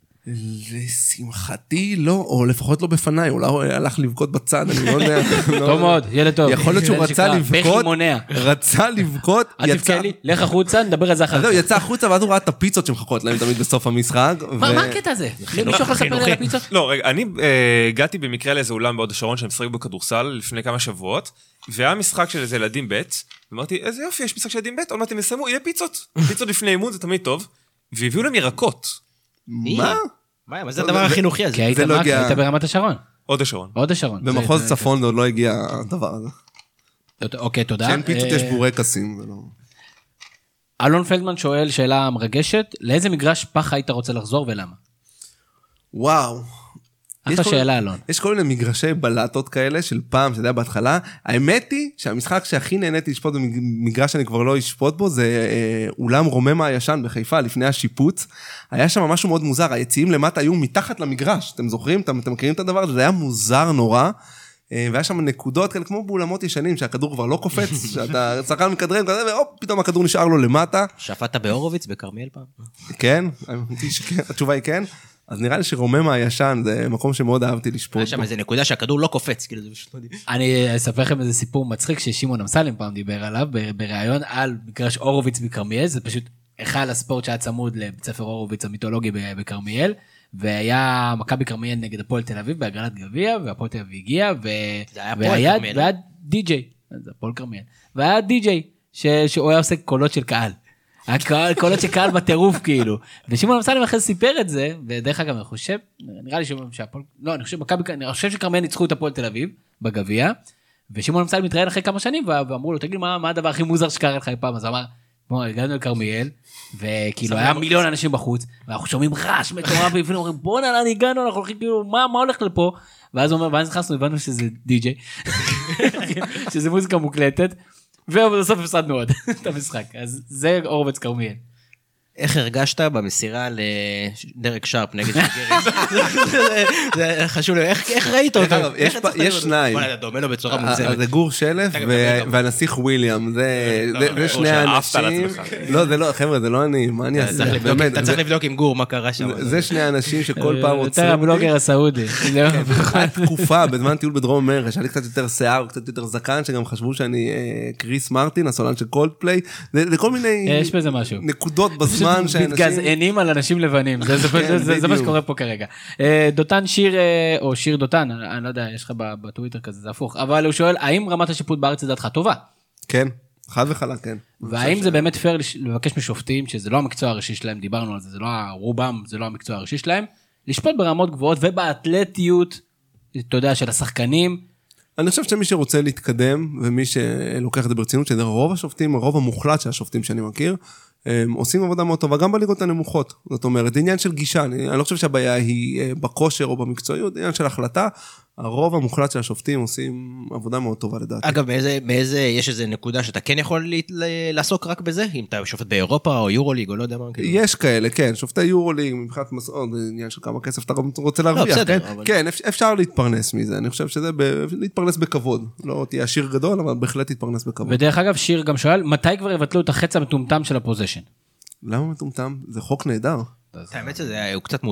לשמחתי לא, או לפחות לא בפניי, אולי הלך לבכות בצד, אני לא יודע. טוב מאוד, ילד טוב. יכול להיות שהוא רצה לבכות, אל תבכה לי, לך החוצה, נדבר על זה אחר כך. זהו, יצא החוצה, ואז הוא ראה את הפיצות שמחכות להם תמיד בסוף המשחק. מה הקטע הזה? מישהו יכול לספר על הפיצות? לא, רגע, אני הגעתי במקרה לאיזה אולם בהוד השרון, שאני משחק בכדורסל לפני כמה שבועות, והיה משחק של איזה ילדים ב' ואמרתי, איזה יופי, יש משחק של ילדים ב', עוד מעט הם יסיימו, יהיה פיצות. פיצות לפני אימון, זה תמיד טוב. והביאו להם ירקות. מה? מה זה הדבר החינוכי הזה? כי היית ברמת השרון. עוד השרון. עוד השרון. במחוז צפון עוד לא הגיע הדבר הזה. אוקיי, תודה. שאין פיצות יש בורקסים. אלון פלדמן שואל שאלה מרגשת, לאיזה מגרש פח היית רוצה לחזור ולמה? וואו. אחלה שאלה, אלון. יש כל מיני מגרשי בלטות כאלה של פעם, שאתה יודע, בהתחלה. האמת היא שהמשחק שהכי נהניתי לשפוט במגרש שאני כבר לא אשפוט בו, זה אולם רוממה הישן בחיפה, לפני השיפוץ. היה שם משהו מאוד מוזר, היציאים למטה היו מתחת למגרש. אתם זוכרים? אתם מכירים את הדבר הזה? זה היה מוזר נורא. והיה שם נקודות כאלה, כמו באולמות ישנים, שהכדור כבר לא קופץ, שאתה שחקן מקדרן, והופ, פתאום הכדור נשאר לו למטה. שפטת באורוביץ בכרמיאל פעם? כן, התשובה היא כן. אז נראה לי שרוממה הישן זה מקום שמאוד אהבתי לשפוט. היה שם איזה נקודה שהכדור לא קופץ, כאילו זה פשוט מדהים. אני אספר לכם איזה סיפור מצחיק ששימון אמסלם פעם דיבר עליו, בראיון על מגרש אורוביץ בכרמיאל, זה פשוט היכל הספורט שהיה צמוד לבית ספר אורוביץ המיתולוגי בכרמיאל, והיה מכבי כרמיאל נגד הפועל תל אביב בהגרלת גביע, והפועל תל אביב הגיע, והיה די-ג'יי, זה הפועל כרמיאל, והיה די-ג'יי שהוא היה עושה קולות של קהל. הקולות של קהל בטירוף כאילו, ושימון אמסלם אחרי סיפר את זה, ודרך אגב אני חושב, נראה לי שהפועל, לא אני חושב שכרמיאל ניצחו את הפועל תל אביב בגביע, ושימון אמסלם מתראיין אחרי כמה שנים, ואמרו לו תגיד מה הדבר הכי מוזר שקרה לך פעם, אז אמר, הגענו לכרמיאל, וכאילו היה מיליון אנשים בחוץ, ואנחנו שומעים רעש מטורף, ואפילו אומרים בוא נעלה הגענו, אנחנו הולכים כאילו מה הולך לפה, ואז נכנסנו, הבנו שזה די-ג'יי, שזה מוזיקה מוקלטת, ובסוף הפסדנו עוד את המשחק. אז זה אורוביץ כרמיאל. איך הרגשת במסירה לדרק שרפ נגד שגרי? זה חשוב לי, איך ראית אותו? יש שניים. בוא נדע, דומה לו בצורה מוגזמת. זה גור שלף והנסיך וויליאם, זה שני האנשים. לא, זה לא, חבר'ה, זה לא אני, מה אני אעשה? אתה צריך לבדוק עם גור מה קרה שם. זה שני האנשים שכל פעם רוצים. יותר הבלוגר הסעודי. תקופה, בזמן טיול בדרום אמריקה, שהיה לי קצת יותר שיער, קצת יותר זקן, שגם חשבו שאני קריס מרטין, הסולן של קולדפליי, זה כל מיני נקודות בזמן. מתגזענים על אנשים לבנים, זה מה שקורה פה כרגע. דותן שיר, או שיר דותן, אני לא יודע, יש לך בטוויטר כזה, זה הפוך, אבל הוא שואל, האם רמת השיפוט בארץ לדעתך טובה? כן, חד וחלק, כן. והאם זה באמת פייר לבקש משופטים, שזה לא המקצוע הראשי שלהם, דיברנו על זה, זה לא רובם, זה לא המקצוע הראשי שלהם, לשפוט ברמות גבוהות ובאתלטיות, אתה יודע, של השחקנים. אני חושב שמי שרוצה להתקדם, ומי שלוקח את זה ברצינות, שזה רוב השופטים, הרוב המוחלט של השופטים שאני מכיר, עושים עבודה מאוד טובה, גם בליגות הנמוכות. זאת אומרת, זה עניין של גישה, אני לא חושב שהבעיה היא בכושר או במקצועיות, זה עניין של החלטה, הרוב המוחלט של השופטים עושים עבודה מאוד טובה לדעתי. אגב, יש איזה נקודה שאתה כן יכול לעסוק רק בזה? אם אתה שופט באירופה או יורוליג או לא יודע מה? יש כאלה, כן, שופטי יורוליג, מבחינת מסעות, זה עניין של כמה כסף אתה רוצה להרוויח, כן, אפשר להתפרנס מזה, אני חושב שזה להתפרנס בכבוד, לא תהיה עשיר גדול, אבל בהחלט להתפרנס בכבוד. ודרך אגב, שיר גם שואל, מתי כבר יבטלו את החץ המטומטם של הפוזיישן? למה מטומטם? זה חוק נהדר. האמת שזה הוא קצת מוזר.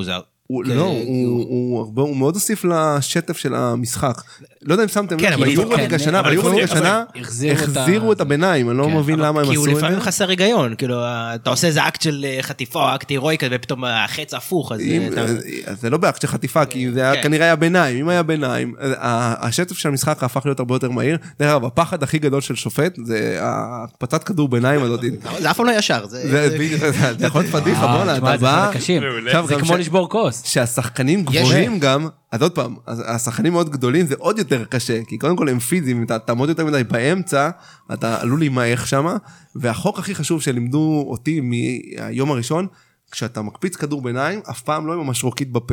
הוא מאוד הוסיף לשטף של המשחק. לא יודע אם שמתם, אבל יורוליג השנה החזירו את הביניים, אני לא מבין למה הם עשו את זה. כי הוא לפעמים חסר היגיון, כאילו, אתה עושה איזה אקט של חטיפה, או אקט הירואי כזה, ופתאום החץ הפוך, אז זה לא באקט של חטיפה, כי זה כנראה היה ביניים, אם היה ביניים, השטף של המשחק הפך להיות הרבה יותר מהיר. דרך אגב, הפחד הכי גדול של שופט, זה הקפצת כדור ביניים הזאת. זה אף פעם לא ישר. זה יכול להיות פדיחה, בוא'נה, אתה בא. זה כמו לשבור כוס. שהשחקנים גבוהים גם, אז עוד פעם, השחקנים מאוד גדולים זה עוד יותר קשה, כי קודם כל הם פיזיים, אם אתה תעמוד יותר מדי באמצע, אתה עלול להימעך שם, והחוק הכי חשוב שלימדו אותי מהיום הראשון, כשאתה מקפיץ כדור ביניים, אף פעם לא עם המשרוקית בפה.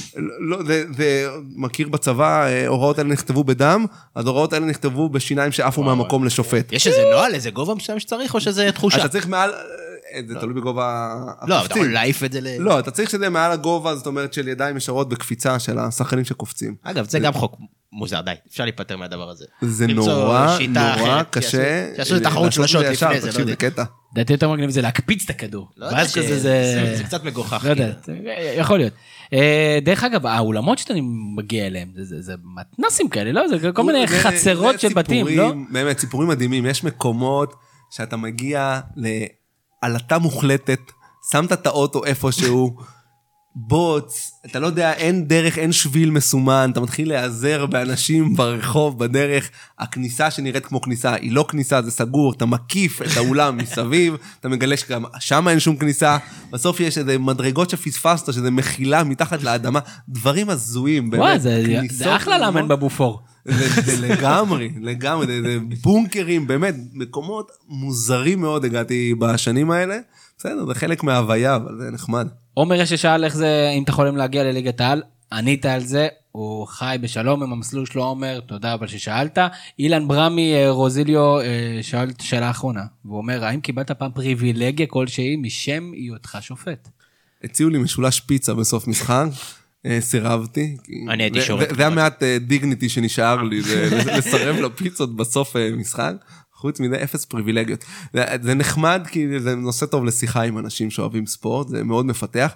זה מכיר בצבא, הוראות האלה נכתבו בדם, אז הוראות האלה נכתבו בשיניים שעפו מהמקום לשופט. יש איזה נועל, איזה גובה מסוים שצריך, או שזה תחושה? אתה צריך מעל... זה תלוי בגובה הקופצים. לא, אתה יכול להעיף את זה לא, אתה צריך שזה מעל הגובה, זאת אומרת של ידיים ישרות בקפיצה של השחקנים שקופצים. אגב, זה גם חוק מוזר, די, אפשר להיפטר מהדבר הזה. זה נורא קשה. שיעשו את תחרות שלושות לפני זה, לא יודע. דעתי יותר מגניב זה להקפיץ את הכדור. ואז כזה זה קצת מגוחך. לא יודע, יכול להיות. דרך אגב, האולמות שאתה מגיע אליהם, זה מתנסים כאלה, לא? זה כל מיני חצרות של בתים, לא? באמת, סיפורים מדהימים. יש מקומות שאתה מגיע עלתה מוחלטת, שמת את האוטו איפשהו, בוץ, אתה לא יודע, אין דרך, אין שביל מסומן, אתה מתחיל להיעזר באנשים ברחוב, בדרך, הכניסה שנראית כמו כניסה, היא לא כניסה, זה סגור, אתה מקיף את האולם מסביב, אתה מגלה שגם שם אין שום כניסה, בסוף יש איזה מדרגות שפספסת, שזה מחילה מתחת לאדמה, דברים הזויים, באמת. וואי, זה אחלה לאמן בבופור. זה לגמרי, זה בונקרים, באמת, מקומות מוזרים מאוד הגעתי בשנים האלה, בסדר, זה חלק מההוויה, אבל זה נחמד. עומר ששאל איך זה, אם אתה יכולים להגיע לליגת העל, ענית על זה, הוא חי בשלום עם המסלול שלו, עומר, תודה אבל ששאלת. אילן ברמי רוזיליו שאל את השאלה האחרונה, והוא אומר, האם קיבלת פעם פריבילגיה כלשהי משם היותך שופט? הציעו לי משולש פיצה בסוף משחק, סירבתי. אני הייתי שורק. זה המעט דיגניטי שנשאר לי, לסרב לפיצות בסוף משחק. חוץ מזה, אפס פריבילגיות. זה נחמד, כי זה נושא טוב לשיחה עם אנשים שאוהבים ספורט, זה מאוד מפתח.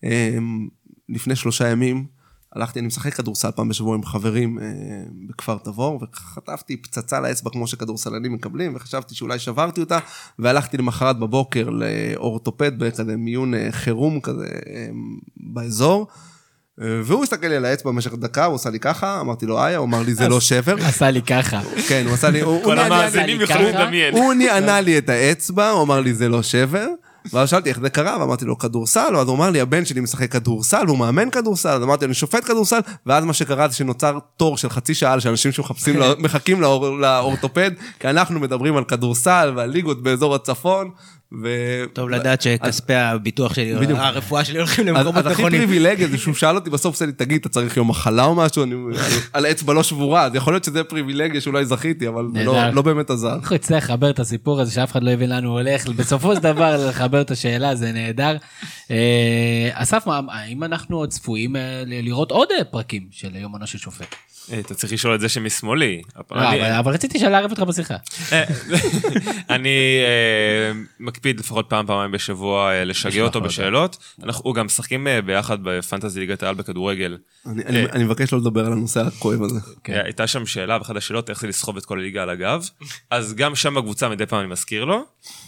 לפני 3 ימים, אני משחק כדורסל פעם בשבוע עם חברים בכפר תבור, וחטפתי פצצה לאצבע כמו שכדורסלנים מקבלים, וחשבתי שאולי שברתי אותה, והלכתי למחרת בבוקר לאורתופד, בכזה מיון חירום כזה באזור, והוא הסתכל לי על האצבע במשך דקה, הוא עושה לי ככה, אמרתי לו, הוא אמר לי, זה לא שבר. עשה לי ככה. כן, הוא עשה לי, כל המאזינים יכולים לדמיין. הוא נענה לי את האצבע, הוא אמר לי, זה לא שבר, ואז שאלתי איך זה קרה, ואמרתי לו, כדורסל, אז הוא אמר לי, הבן שלי משחק כדורסל, והוא מאמן כדורסל, אז אמרתי, אני שופט כדורסל, ואז מה שקרה זה שנוצר תור של חצי שעה, שאנשים שמחכים לאורתופד, כי אנחנו מדברים על כדורסל ועל ליגות באזור הצפון, טוב לדעת שכספי הביטוח שלי, הרפואה שלי הולכים למקומות נכונים. אז הכי פריבילגיה זה שהוא שאל אותי בסוף, עושה לי, תגיד, אתה צריך יום מחלה או משהו, על אצבע לא שבורה, אז יכול להיות שזה פריבילגיה שאולי זכיתי, אבל לא באמת עזר. אנחנו נצטרך לחבר את הסיפור הזה, שאף אחד לא הבין לנו הולך, בסופו של דבר לחבר את השאלה, זה נהדר. אסף, האם אנחנו עוד צפויים לראות עוד פרקים של יומנו של שופט? אתה צריך לשאול את זה שמשמאלי. אבל רציתי לערב אותך בשיחה. אני מקפיד לפחות פעמיים בשבוע לשגע אותו בשאלות. אנחנו גם משחקים ביחד בפנטזי ליגת העל בכדורגל. אני מבקש לא לדבר על הנושא הכואב הזה. הייתה שם שאלה באחת השאלות, איך זה לסחוב את כל הליגה על הגב. אז גם שם בקבוצה מדי פעם אני מזכיר לו.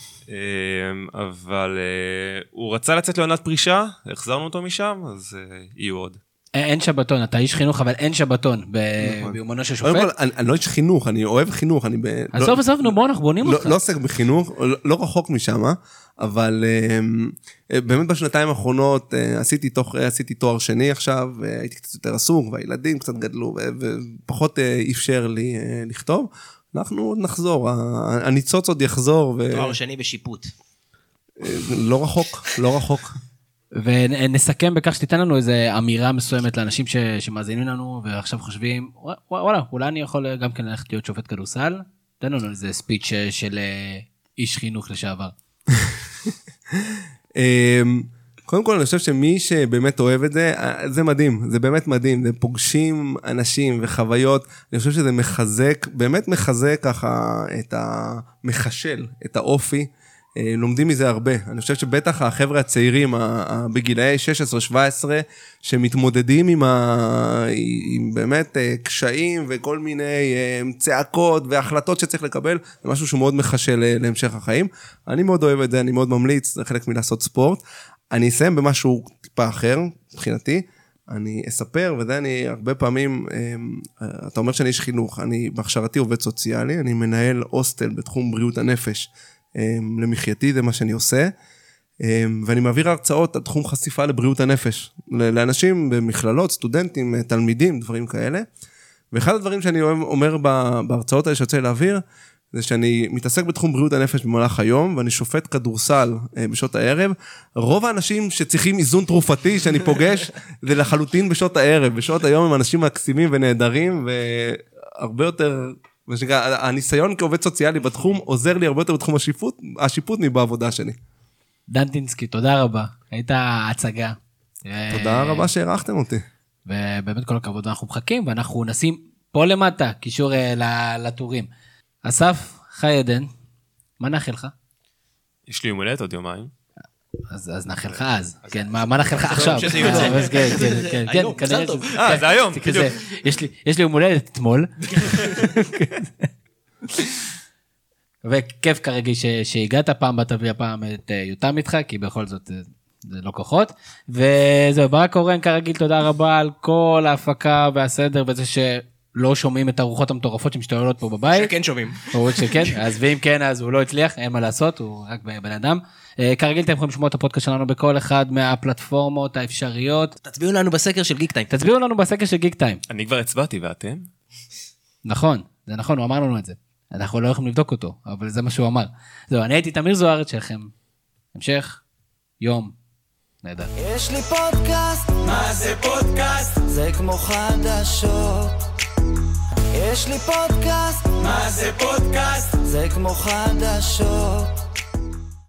אבל הוא רצה לצאת לעונת פרישה, החזרנו אותו משם, אז יהיו עוד. אין שבתון, אתה איש חינוך, אבל אין שבתון ביומנו של שופט. אני לא איש חינוך, אני אוהב חינוך. אז סוף, בוא, אנחנו בונים אותך. לא עוסק בחינוך, לא רחוק משם, אבל באמת בשנתיים האחרונות עשיתי תואר שני עכשיו, הייתי קצת יותר עסוק, והילדים קצת גדלו, ופחות אפשר לי לכתוב. אנחנו נחזור, הניצוץ עוד יחזור. תואר שני בשיפוט. לא רחוק. ונסכם בכך שתיתן לנו איזו אמירה מסוימת לאנשים שמאזינים לנו, ועכשיו חושבים, וואלה, אולי אני יכול גם כן ללכת להיות שופט כדורסל, תן לנו איזה ספיץ' של איש חינוך לשעבר. קודם כל אני חושב שמי שבאמת אוהב את זה, זה מדהים, זה באמת מדהים, זה פוגשים אנשים וחוויות, אני חושב שזה מחזק, באמת מחזק ככה את המחשל, את האופי, לומדים מזה הרבה. אני חושב שבטח החבר'ה הצעירים, בגילאי 16-17, שמתמודדים עם באמת קשיים וכל מיני צעקות והחלטות שצריך לקבל, זה משהו שהוא מאוד מחשל להמשך החיים. אני מאוד אוהב את זה, אני מאוד ממליץ, זה חלק מלעשות ספורט. אני אסיים במשהו טיפה אחר, מבחינתי. אני אספר, וזה אני הרבה פעמים, אתה אומר שאני איש חינוך, אני בהכשרתי עובד סוציאלי, אני מנהל הוסטל בתחום בריאות הנפש, למחייתי, זה מה שאני עושה, ואני מעביר הרצאות על תחום חשיפה לבריאות הנפש, לאנשים במכללות, סטודנטים, תלמידים, דברים כאלה, ואחד הדברים שאני אומר בהרצאות האלה שיוצא להעביר, זה שאני מתעסק בתחום בריאות הנפש במהלך היום, ואני שופט כדורסל בשעות הערב. רוב האנשים שצריכים איזון תרופתי שאני פוגש, זה לחלוטין בשעות הערב. בשעות היום הם אנשים מקסימים ונהדרים, והרבה יותר, הניסיון כעובד סוציאלי בתחום, עוזר לי הרבה יותר בתחום השיפוט מבעבודה שלי. דנטינסקי, תודה רבה. הייתה הצגה. תודה רבה שהערכתם אותי. ובאמת כל הכבוד, אנחנו מחכים, ואנחנו נשים פה למטה, קישור לטורים. אסף, חי עדן, מה נאחל לך? יש לי יום הולדת עוד יומיים. אז נאחל לך אז. כן, מה נאחל לך עכשיו? שזה יוצא. כן, כנראה שזה... זה היום, בדיוק. יש לי יום הולדת אתמול. וכיף כרגע שהגעת פעם, תביא הפעם את יותם איתך, כי בכל זאת זה לא כוחות. וזהו, ברק אורן כרגיל, תודה רבה על כל ההפקה והסדר, וזה לא שומעים את הרוחות המטורפות שמשתוללות פה בבית. שכן שומעים. ברור שכן, אז ואם כן, אז הוא לא הצליח, אין מה לעשות, הוא רק בן אדם. כרגיל, אתם יכולים לשמוע את הפודקאסט שלנו בכל אחד מהפלטפורמות האפשריות. תצביעו לנו בסקר של גיק טיים. תצביעו לנו בסקר של גיק טיים. אני כבר הצבעתי, ואתם? נכון, זה נכון, הוא אמר לנו את זה. אנחנו לא יכולים לבדוק אותו, אבל זה מה שהוא אמר. זהו, אני הייתי תמיר זוארץ שלכם. המשך, יום, נהדר. יש לי פודקאסט, מה זה פודקאסט? זה כמו חדשות. יש לי פודקאסט, מה זה פודקאסט? זה כמו חדשות.